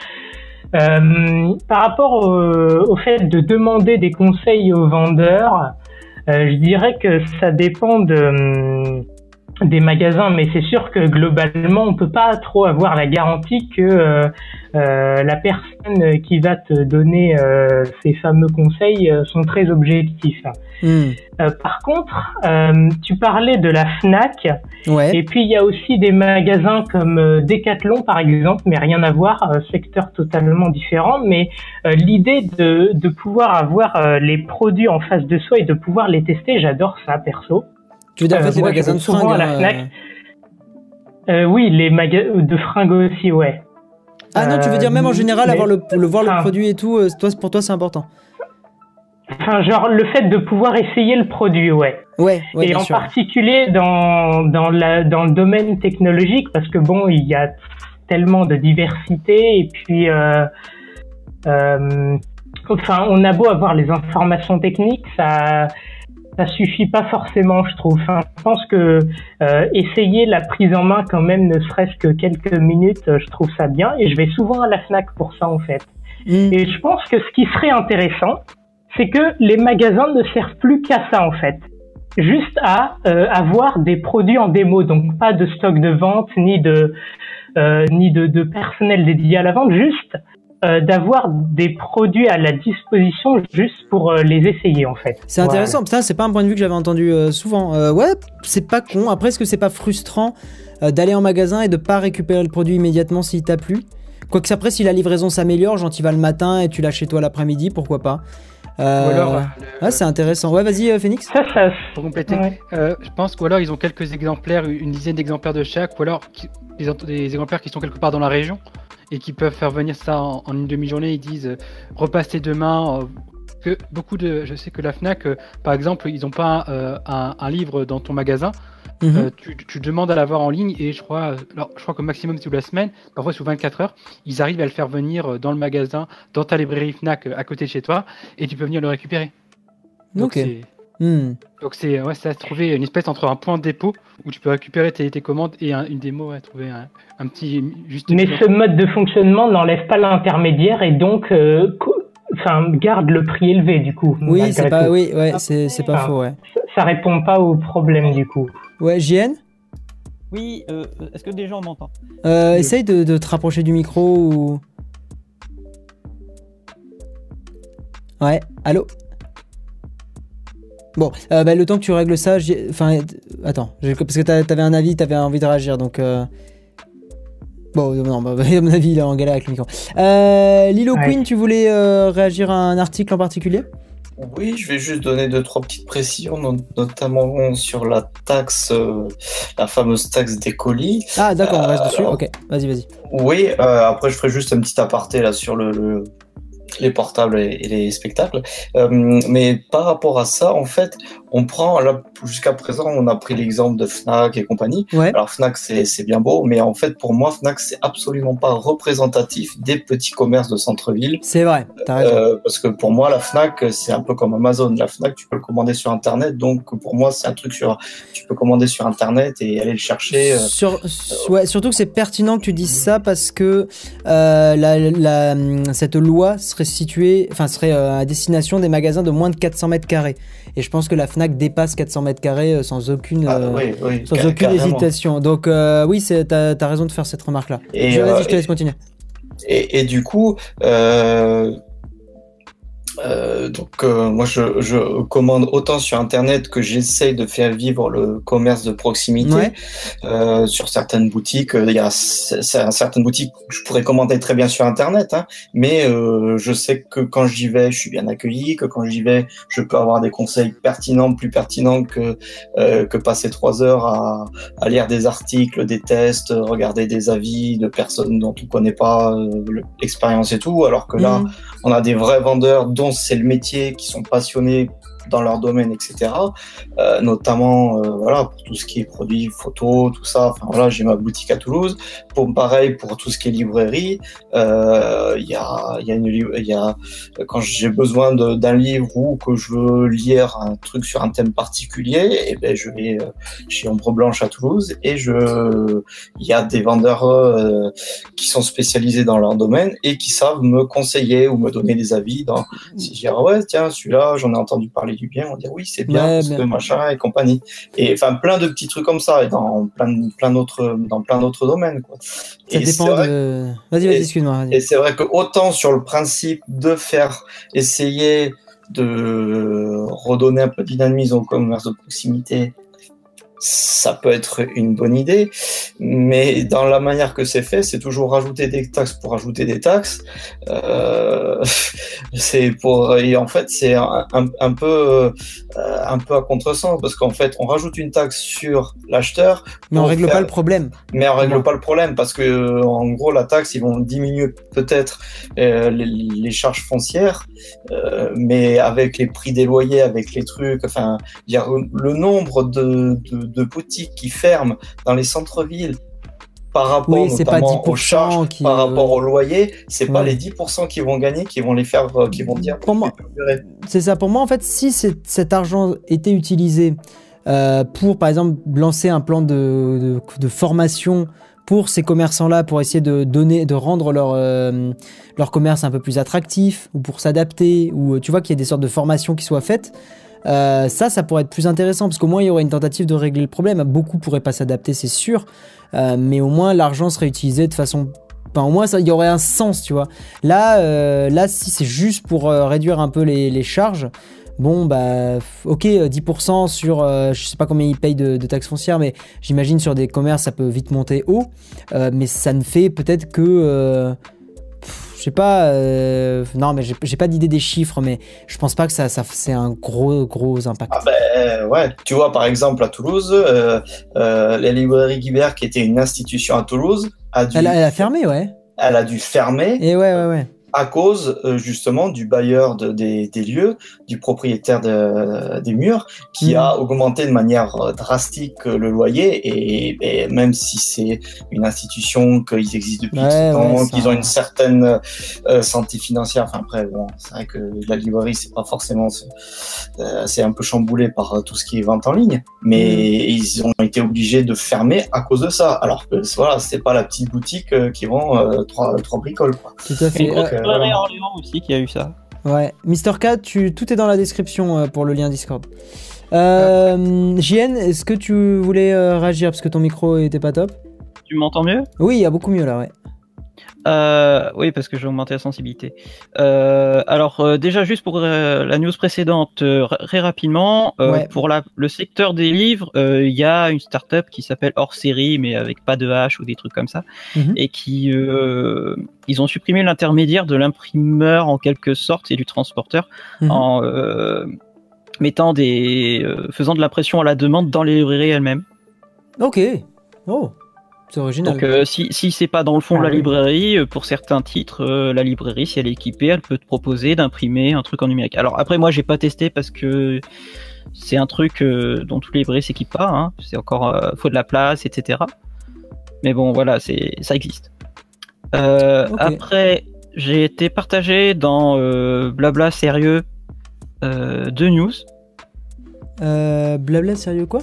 Par rapport au fait de demander des conseils aux vendeurs, je dirais que ça dépend des magasins, mais c'est sûr que globalement, on peut pas trop avoir la garantie que la personne qui va te donner ces fameux conseils sont très objectifs. Par contre, tu parlais de la Fnac, et puis il y a aussi des magasins comme Decathlon par exemple, mais rien à voir, secteur totalement différent, mais l'idée de pouvoir avoir les produits en face de soi et de pouvoir les tester, j'adore ça perso. Tu veux dire en fait les magasins de fringues à la Fnac. Oui, les magasins de fringues aussi, ouais. Ah non, tu veux dire même en général, mais- avoir voir le enfin, produit et tout, pour toi c'est important. Enfin, genre le fait de pouvoir essayer le produit, ouais. Ouais, Et bien en sûr. particulier dans le domaine technologique, parce que bon, il y a tellement de diversité et puis enfin, on a beau avoir les informations techniques, ça suffit pas forcément, je trouve. Enfin, je pense que essayer la prise en main quand même, ne serait-ce que quelques minutes, je trouve ça bien. Et je vais souvent à la Fnac pour ça en fait. Et je pense que ce qui serait intéressant, c'est que les magasins ne servent plus qu'à ça en fait. Juste à avoir des produits en démo, donc pas de stock de vente ni de personnel dédié à la vente, juste d'avoir des produits à la disposition juste pour les essayer en fait. C'est intéressant, putain, c'est pas un point de vue que j'avais entendu souvent. Ouais, c'est pas con. Après, est-ce que c'est pas frustrant d'aller en magasin et de pas récupérer le produit immédiatement s'il t'a plu? Quoique après, si la livraison s'améliore, genre tu vas le matin et tu l'as chez toi l'après-midi, pourquoi pas? Ou alors, Ah, c'est intéressant. Ouais, vas-y, Phoenix. Ça, pour compléter, ouais. je pense qu'ou alors ils ont quelques exemplaires, une dizaine d'exemplaires de chaque, ou alors des exemplaires qui sont quelque part dans la région et qui peuvent faire venir ça en une demi-journée. Ils disent repassez demain. Que beaucoup je sais que la Fnac, par exemple, ils n'ont pas un livre dans ton magasin. Tu demandes à l'avoir en ligne et je crois qu'au maximum sous la semaine, parfois sous 24 heures, ils arrivent à le faire venir dans le magasin, dans ta librairie Fnac à côté de chez toi et tu peux venir le récupérer. Donc Ok. donc c'est à trouver une espèce entre un point de dépôt où tu peux récupérer tes commandes et une démo à trouver un petit juste. Mais ce mode de fonctionnement n'enlève pas l'intermédiaire et donc garde le prix élevé du coup. Oui, c'est pas, tout. oui, ouais, c'est pas faux, ouais. Ça répond pas au problème du coup. Ouais, JN, Oui, est-ce que déjà on m'entend? essaye de te rapprocher du micro ou. Ouais, allô? Bon, le temps que tu règles ça, attends, parce que t'avais un avis, t'avais envie de réagir, donc. Bon, non, à mon avis, il est en galère avec le micro. Lilo Ouais. Queen, tu voulais réagir à un article en particulier? Oui, je vais juste donner 2-3 petites précisions, notamment sur la taxe, la fameuse taxe des colis. Ah, d'accord, on reste dessus. alors, Ok, vas-y. Oui, après je ferai juste un petit aparté là sur les portables et les spectacles. Mais par rapport à ça, en fait, on prend, là, jusqu'à présent, on a pris l'exemple de Fnac et compagnie. Ouais. Alors Fnac, c'est bien beau, mais en fait, pour moi, Fnac, c'est absolument pas représentatif des petits commerces de centre-ville. C'est vrai, t'as raison. Parce que pour moi, la Fnac, c'est un peu comme Amazon. La Fnac, tu peux le commander sur Internet, donc pour moi, c'est un truc tu peux commander sur Internet et aller le chercher. Ouais, surtout que c'est pertinent que tu dises ça parce que cette loi serait à destination des magasins de moins de 400 mètres carrés. Et je pense que la Fnac dépasse 400 mètres carrés sans aucune hésitation. Donc oui, t'as raison de faire cette remarque-là. Vas-y, je te laisse continuer. Et du coup, moi je commande autant sur internet que j'essaye de faire vivre le commerce de proximité. Ouais. Sur certaines boutiques, il y a certaines boutiques que je pourrais commander très bien sur internet, hein, mais je sais que quand j'y vais, je suis bien accueilli, que quand j'y vais, je peux avoir des conseils pertinents, plus pertinents que passer 3 heures à lire des articles, des tests, regarder des avis de personnes dont on connaît pas l'expérience et tout, alors que là, on a des vrais vendeurs dont c'est le métier, qui sont passionnés dans leur domaine, etc. Notamment, voilà, pour tout ce qui est produits, photos, tout ça. Enfin voilà, j'ai ma boutique à Toulouse. Pareil pour tout ce qui est librairie. Quand j'ai besoin d'un livre ou que je veux lire un truc sur un thème particulier, et ben je vais chez Ombre Blanche à Toulouse et il y a des vendeurs qui sont spécialisés dans leur domaine et qui savent me conseiller ou me donner des avis. Si je dis ouais tiens celui-là j'en ai entendu parler du bien, on dit oui c'est bien parce que machin et compagnie. Et enfin plein de petits trucs comme ça et dans plein d'autres domaines quoi. Ça dépend de. Vas-y, excuse-moi. Et c'est vrai que autant sur le principe de faire essayer de redonner un peu de dynamisme au commerce de proximité, ça peut être une bonne idée, mais dans la manière que c'est fait, c'est toujours rajouter des taxes pour rajouter des taxes. C'est pour, et en fait, c'est un peu à contresens, parce qu'en fait, on rajoute une taxe sur l'acheteur. Mais on règle pas le problème. Mais on règle pas le problème, parce que en gros, la taxe, ils vont diminuer peut-être les charges foncières, mais avec les prix des loyers, avec les trucs, enfin, il y a le nombre de boutiques qui ferment dans les centres-villes par rapport notamment aux charges, par rapport au loyer, c'est pas les 10% qui vont gagner, qui vont les faire, qui vont dire. Pour moi, c'est ça. Pour moi, en fait, si cet argent était utilisé pour, par exemple, lancer un plan de formation pour ces commerçants-là, pour essayer de rendre leur commerce un peu plus attractif, ou pour s'adapter, ou tu vois qu'il y a des sortes de formations qui soient faites. Ça pourrait être plus intéressant, parce qu'au moins il y aurait une tentative de régler le problème. Beaucoup pourraient pas s'adapter, c'est sûr, mais au moins l'argent serait utilisé de façon, enfin, au moins il y aurait un sens, tu vois. Là si c'est juste pour réduire un peu les charges, bon bah ok, 10% sur je sais pas combien ils payent de taxes foncières, mais j'imagine sur des commerces ça peut vite monter haut, mais ça ne fait peut-être que je sais pas, non, mais j'ai pas d'idée des chiffres, mais je pense pas que ça c'est un gros impact. Ah ben ouais, tu vois, par exemple à Toulouse, la librairie Guibert, qui était une institution à Toulouse, elle a fermé, ouais. Elle a dû fermer. Et ouais. À cause justement du bailleur des lieux, du propriétaire des murs, qui a augmenté de manière drastique le loyer, et même si c'est une institution, qu'ils existent depuis longtemps, qu'ils ont une certaine santé financière, enfin après bon, c'est vrai que la librairie c'est pas forcément c'est un peu chamboulé par tout ce qui est vente en ligne, mais ils ont été obligés de fermer à cause de ça, alors que voilà, c'est pas la petite boutique qui vend trois bricoles, quoi. Tout à fait. Orléans aussi qui a eu ça. Ouais, Mister K, tout est dans la description pour le lien Discord. JN, est-ce que tu voulais réagir parce que ton micro était pas top? Tu m'entends mieux? Oui, il y a beaucoup mieux là, ouais. Oui, parce que j'ai augmenté la sensibilité. Alors, déjà, juste pour la news précédente, très rapidement, pour le secteur des livres, il y a une start-up qui s'appelle Hors Série, mais avec pas de H ou des trucs comme ça, et qui ils ont supprimé l'intermédiaire de l'imprimeur en quelque sorte et du transporteur en mettant faisant de l'impression à la demande dans les librairies elles-mêmes. Ok. Oh. C'est original. Donc si c'est pas dans le fond de la librairie, pour certains titres, la librairie, si elle est équipée, elle peut te proposer d'imprimer un truc en numérique. Alors après, moi j'ai pas testé parce que c'est un truc dont toutes les librairies s'équipent pas, hein. C'est encore faut de la place, etc. Mais bon, voilà, ça existe. Après, j'ai été partagé dans Blabla Sérieux 2 news. Blabla Sérieux quoi?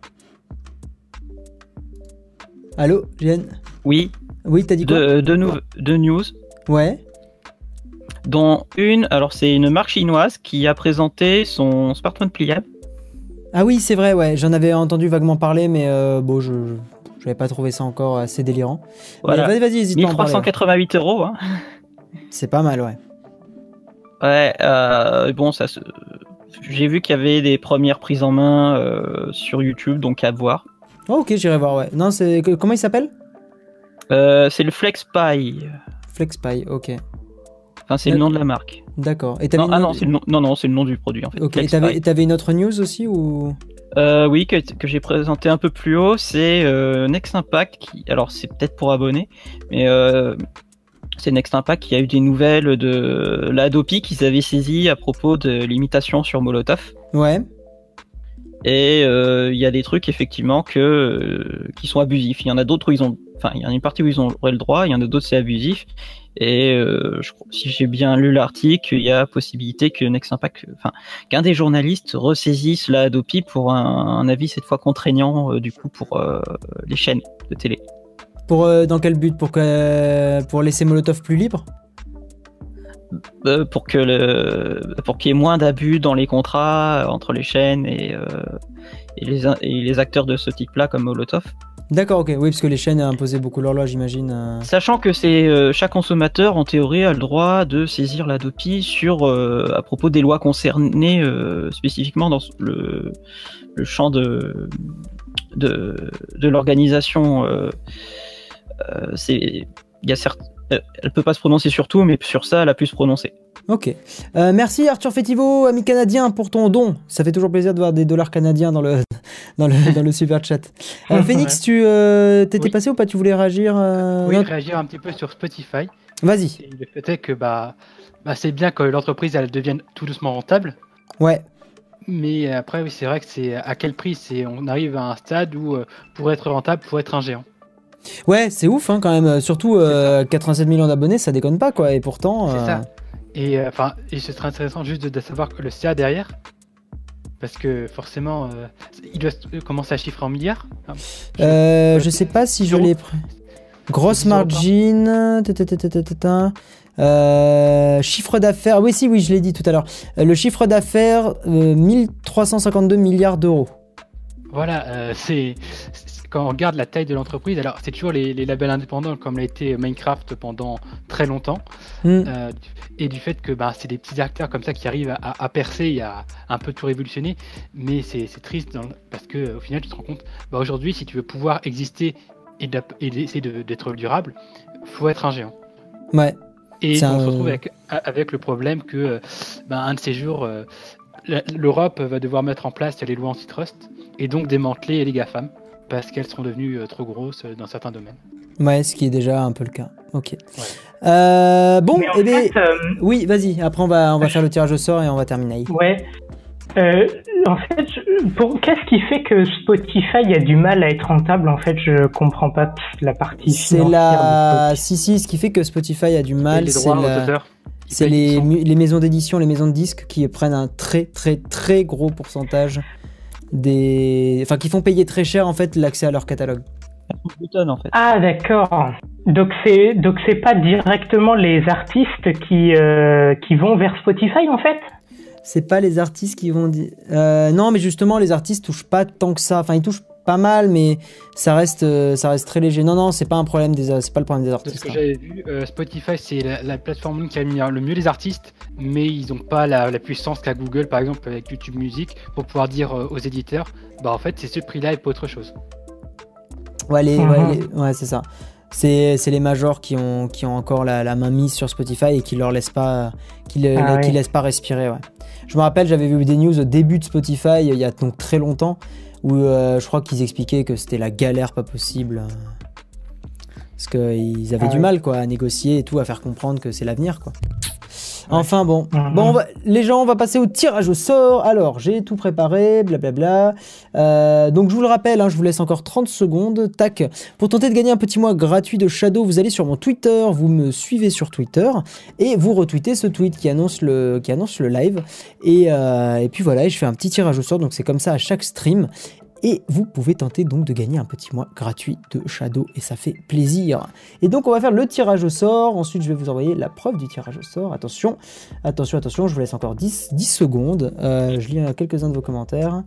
Allô, Jeanne? Oui. Oui, t'as dit quoi? Deux news. Ouais. Dont une, alors c'est une marque chinoise qui a présenté son smartphone pliable. Ah oui, c'est vrai, ouais. J'en avais entendu vaguement parler, mais bon, je n'avais pas trouvé ça encore assez délirant. Voilà. Mais vas-y, hésite pas à en parler. 1388 €. Hein. C'est pas mal, ouais. Ouais, bon, j'ai vu qu'il y avait des premières prises en main sur YouTube, donc à voir. Oh, ok, j'irai voir, ouais. Non, comment il s'appelle? C'est le FlexPy. FlexPy, ok. Enfin, c'est le nom de la marque. D'accord. Et non, c'est le nom du produit en fait. Ok. Et t'avais une autre news aussi ou? Oui, que j'ai présenté un peu plus haut, c'est Next Impact qui, alors c'est peut-être pour abonnés, mais c'est Next Impact qui a eu des nouvelles de l'Adopi qu'ils avaient saisi à propos de l'imitation sur Molotov. Ouais. Et il y a des trucs effectivement qui sont abusifs. Il y en a d'autres où il y en a une partie où ils auraient le droit, il y en a d'autres c'est abusif. Et si j'ai bien lu l'article, il y a possibilité que Next Impact, qu'un des journalistes ressaisisse la Adopi pour un avis cette fois contraignant du coup pour les chaînes de télé. Dans quel but? Pour laisser Molotov plus libre? Pour qu'il y ait moins d'abus dans les contrats entre les chaînes et les acteurs de ce type-là comme Molotov. D'accord, ok, oui, parce que les chaînes imposaient beaucoup leur loi, j'imagine. Sachant que chaque consommateur, en théorie, a le droit de saisir l'Adopi à propos des lois concernées spécifiquement dans le champ de l'organisation. Elle peut pas se prononcer sur tout, mais sur ça, elle a pu se prononcer. Ok. Merci Arthur Fetivo, ami canadien, pour ton don. Ça fait toujours plaisir de voir des dollars canadiens dans le super chat. Phoenix, tu t'étais passé ou pas? Tu voulais réagir Oui, réagir un petit peu sur Spotify. Vas-y. Et le fait est que c'est bien que l'entreprise elle devienne tout doucement rentable. Ouais. Mais après, oui, c'est vrai que c'est à quel prix? On arrive à un stade où pour être rentable, il faut être un géant. Ouais, c'est ouf hein, quand même. Surtout 87 millions d'abonnés, ça déconne pas quoi. Et pourtant. C'est ça. Et ce serait intéressant juste de savoir que le CA derrière, parce que forcément, il doit commencer à chiffrer en milliards. Je sais pas si je l'ai pris. Grosse margin. Chiffre d'affaires. Oui, je l'ai dit tout à l'heure. Le chiffre d'affaires, 1352 milliards d'euros. Voilà, quand on regarde la taille de l'entreprise, alors c'est toujours les labels indépendants comme l'a été Minecraft pendant très longtemps, et du fait que c'est des petits acteurs comme ça qui arrivent à percer et à un peu tout révolutionner, mais c'est triste parce que au final tu te rends compte, aujourd'hui si tu veux pouvoir exister et essayer d'être durable, faut être un géant. Ouais. Et on se retrouve avec le problème que un de ces jours, l'Europe va devoir mettre en place les lois antitrust et donc démanteler les GAFAM parce qu'elles seront devenues trop grosses dans certains domaines. Ouais, ce qui est déjà un peu le cas. Ok. Ouais. Bon, oui, vas-y. Après, on va faire le tirage au sort et on va terminer. Ouais. En fait, qu'est-ce qui fait que Spotify a du mal à être rentable? En fait, je comprends pas la partie financière. Ce qui fait que Spotify a du mal, c'est les maisons d'édition, les maisons de disques qui prennent un très très très gros pourcentage qui font payer très cher en fait l'accès à leur catalogue. En fait. Ah d'accord. Donc c'est pas directement les artistes qui vont vers Spotify en fait. C'est pas les artistes qui vont dire. Non, mais justement, les artistes touchent pas tant que ça. Enfin, ils touchent pas mal, mais ça reste très léger. Non, c'est pas un problème c'est pas le problème des artistes. De ce que j'avais vu, Spotify, c'est la plateforme qui a mis le mieux les artistes, mais ils ont pas la puissance qu'a Google, par exemple, avec YouTube Music, pour pouvoir dire aux éditeurs, en fait, c'est ce prix-là et pas autre chose. Ouais, c'est ça. C'est les majors qui ont encore la main mise sur Spotify et qui leur laissent pas, laissent pas respirer. Ouais. Je me rappelle, j'avais vu des news au début de Spotify il y a donc très longtemps où je crois qu'ils expliquaient que c'était la galère pas possible parce qu'ils avaient du mal quoi à négocier et tout, à faire comprendre que c'est l'avenir quoi. Enfin bon, les gens, on va passer au tirage au sort. Alors, j'ai tout préparé, blablabla. Donc, je vous le rappelle, je vous laisse encore 30 secondes. Tac. Pour tenter de gagner un petit mois gratuit de Shadow, vous allez sur mon Twitter, vous me suivez sur Twitter et vous retweetez ce tweet qui annonce le live. Et puis voilà, et je fais un petit tirage au sort. Donc, c'est comme ça à chaque stream. Et vous pouvez tenter donc de gagner un petit mois gratuit de Shadow et ça fait plaisir. Et donc on va faire le tirage au sort. Ensuite je vais vous envoyer la preuve du tirage au sort. Attention, je vous laisse encore 10 secondes. Je lis quelques-uns de vos commentaires.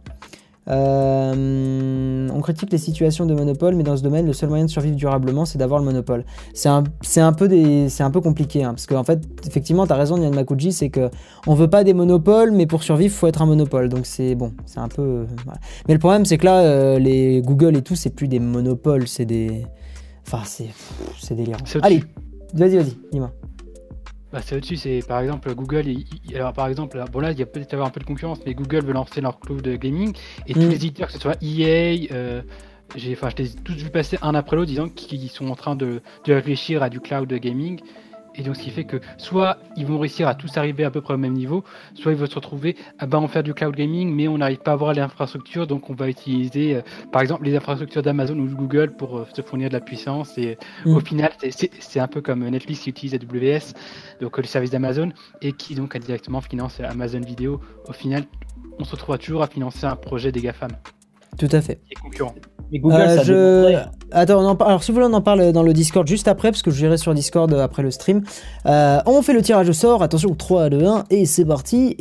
On critique les situations de monopole, mais dans ce domaine, le seul moyen de survivre durablement, c'est d'avoir le monopole. C'est un peu compliqué, parce qu'en fait, effectivement, t'as raison, Yann Makuji, c'est que on veut pas des monopoles, mais pour survivre, faut être un monopole. Donc c'est un peu. Voilà. Mais le problème, c'est que là, les Google et tout, c'est plus des monopoles, c'est des. Enfin, c'est délirant. Allez, vas-y, dis-moi. C'est au-dessus, c'est par exemple Google, alors par exemple, là il y a peut-être avoir un peu de concurrence, mais Google veut lancer leur cloud de gaming, et tous les éditeurs, que ce soit EA, je les ai tous vu passer un après l'autre, disant qu'ils sont en train de réfléchir à du cloud de gaming, et donc ce qui fait que soit ils vont réussir à tous arriver à peu près au même niveau, soit ils vont se retrouver on faire du cloud gaming, mais on n'arrive pas à avoir les infrastructures, donc on va utiliser par exemple les infrastructures d'Amazon ou de Google pour se fournir de la puissance, et au final c'est un peu comme Netflix qui utilise AWS, donc le service d'Amazon, et qui donc indirectement finance Amazon Vidéo. Au final, on se retrouvera toujours à financer un projet des GAFAM. Tout à fait. Et concurrents. Mais Google, Attends, alors si vous voulez, on en parle dans le Discord juste après, parce que je verrai sur Discord après le stream. On fait le tirage au sort, attention, 3, 2, 1, et c'est parti,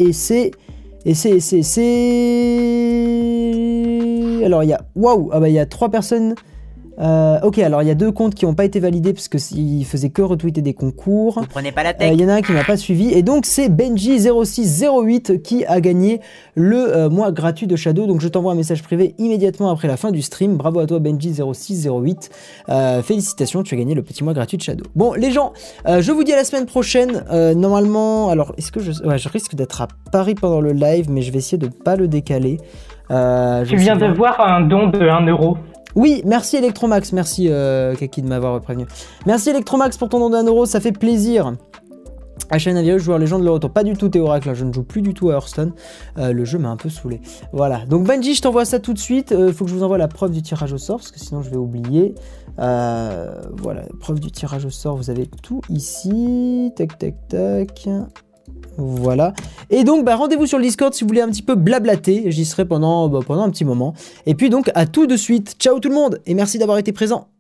Alors il y a, il y a 3 personnes Ok, alors il y a 2 comptes qui n'ont pas été validés parce qu'ils faisaient que retweeter des concours. Vous prenez pas la tech. Il y en a un qui m'a pas suivi et donc c'est Benji0608 qui a gagné le mois gratuit de Shadow. Donc je t'envoie un message privé immédiatement après la fin du stream. Bravo à toi Benji0608. Félicitations, tu as gagné le petit mois gratuit de Shadow. Bon les gens, je vous dis à la semaine prochaine. Normalement, alors est-ce que je risque d'être à Paris pendant le live, mais je vais essayer de pas le décaler. Tu viens de voir un don de 1 euro. Oui, merci Electromax, merci Kaki de m'avoir prévenu. Merci Electromax pour ton don d'1 euro, ça fait plaisir. HN Avial, joueur légende le retour. Pas du tout Théoracle, je ne joue plus du tout à Hearthstone. Le jeu m'a un peu saoulé. Voilà, donc Benji, je t'envoie ça tout de suite. Faut que je vous envoie la preuve du tirage au sort, parce que sinon je vais oublier. Voilà, preuve du tirage au sort, vous avez tout ici. Tac, tac, tac. Voilà. Et donc, rendez-vous sur le Discord si vous voulez un petit peu blablater. J'y serai pendant un petit moment. Et puis donc, à tout de suite. Ciao tout le monde et merci d'avoir été présent.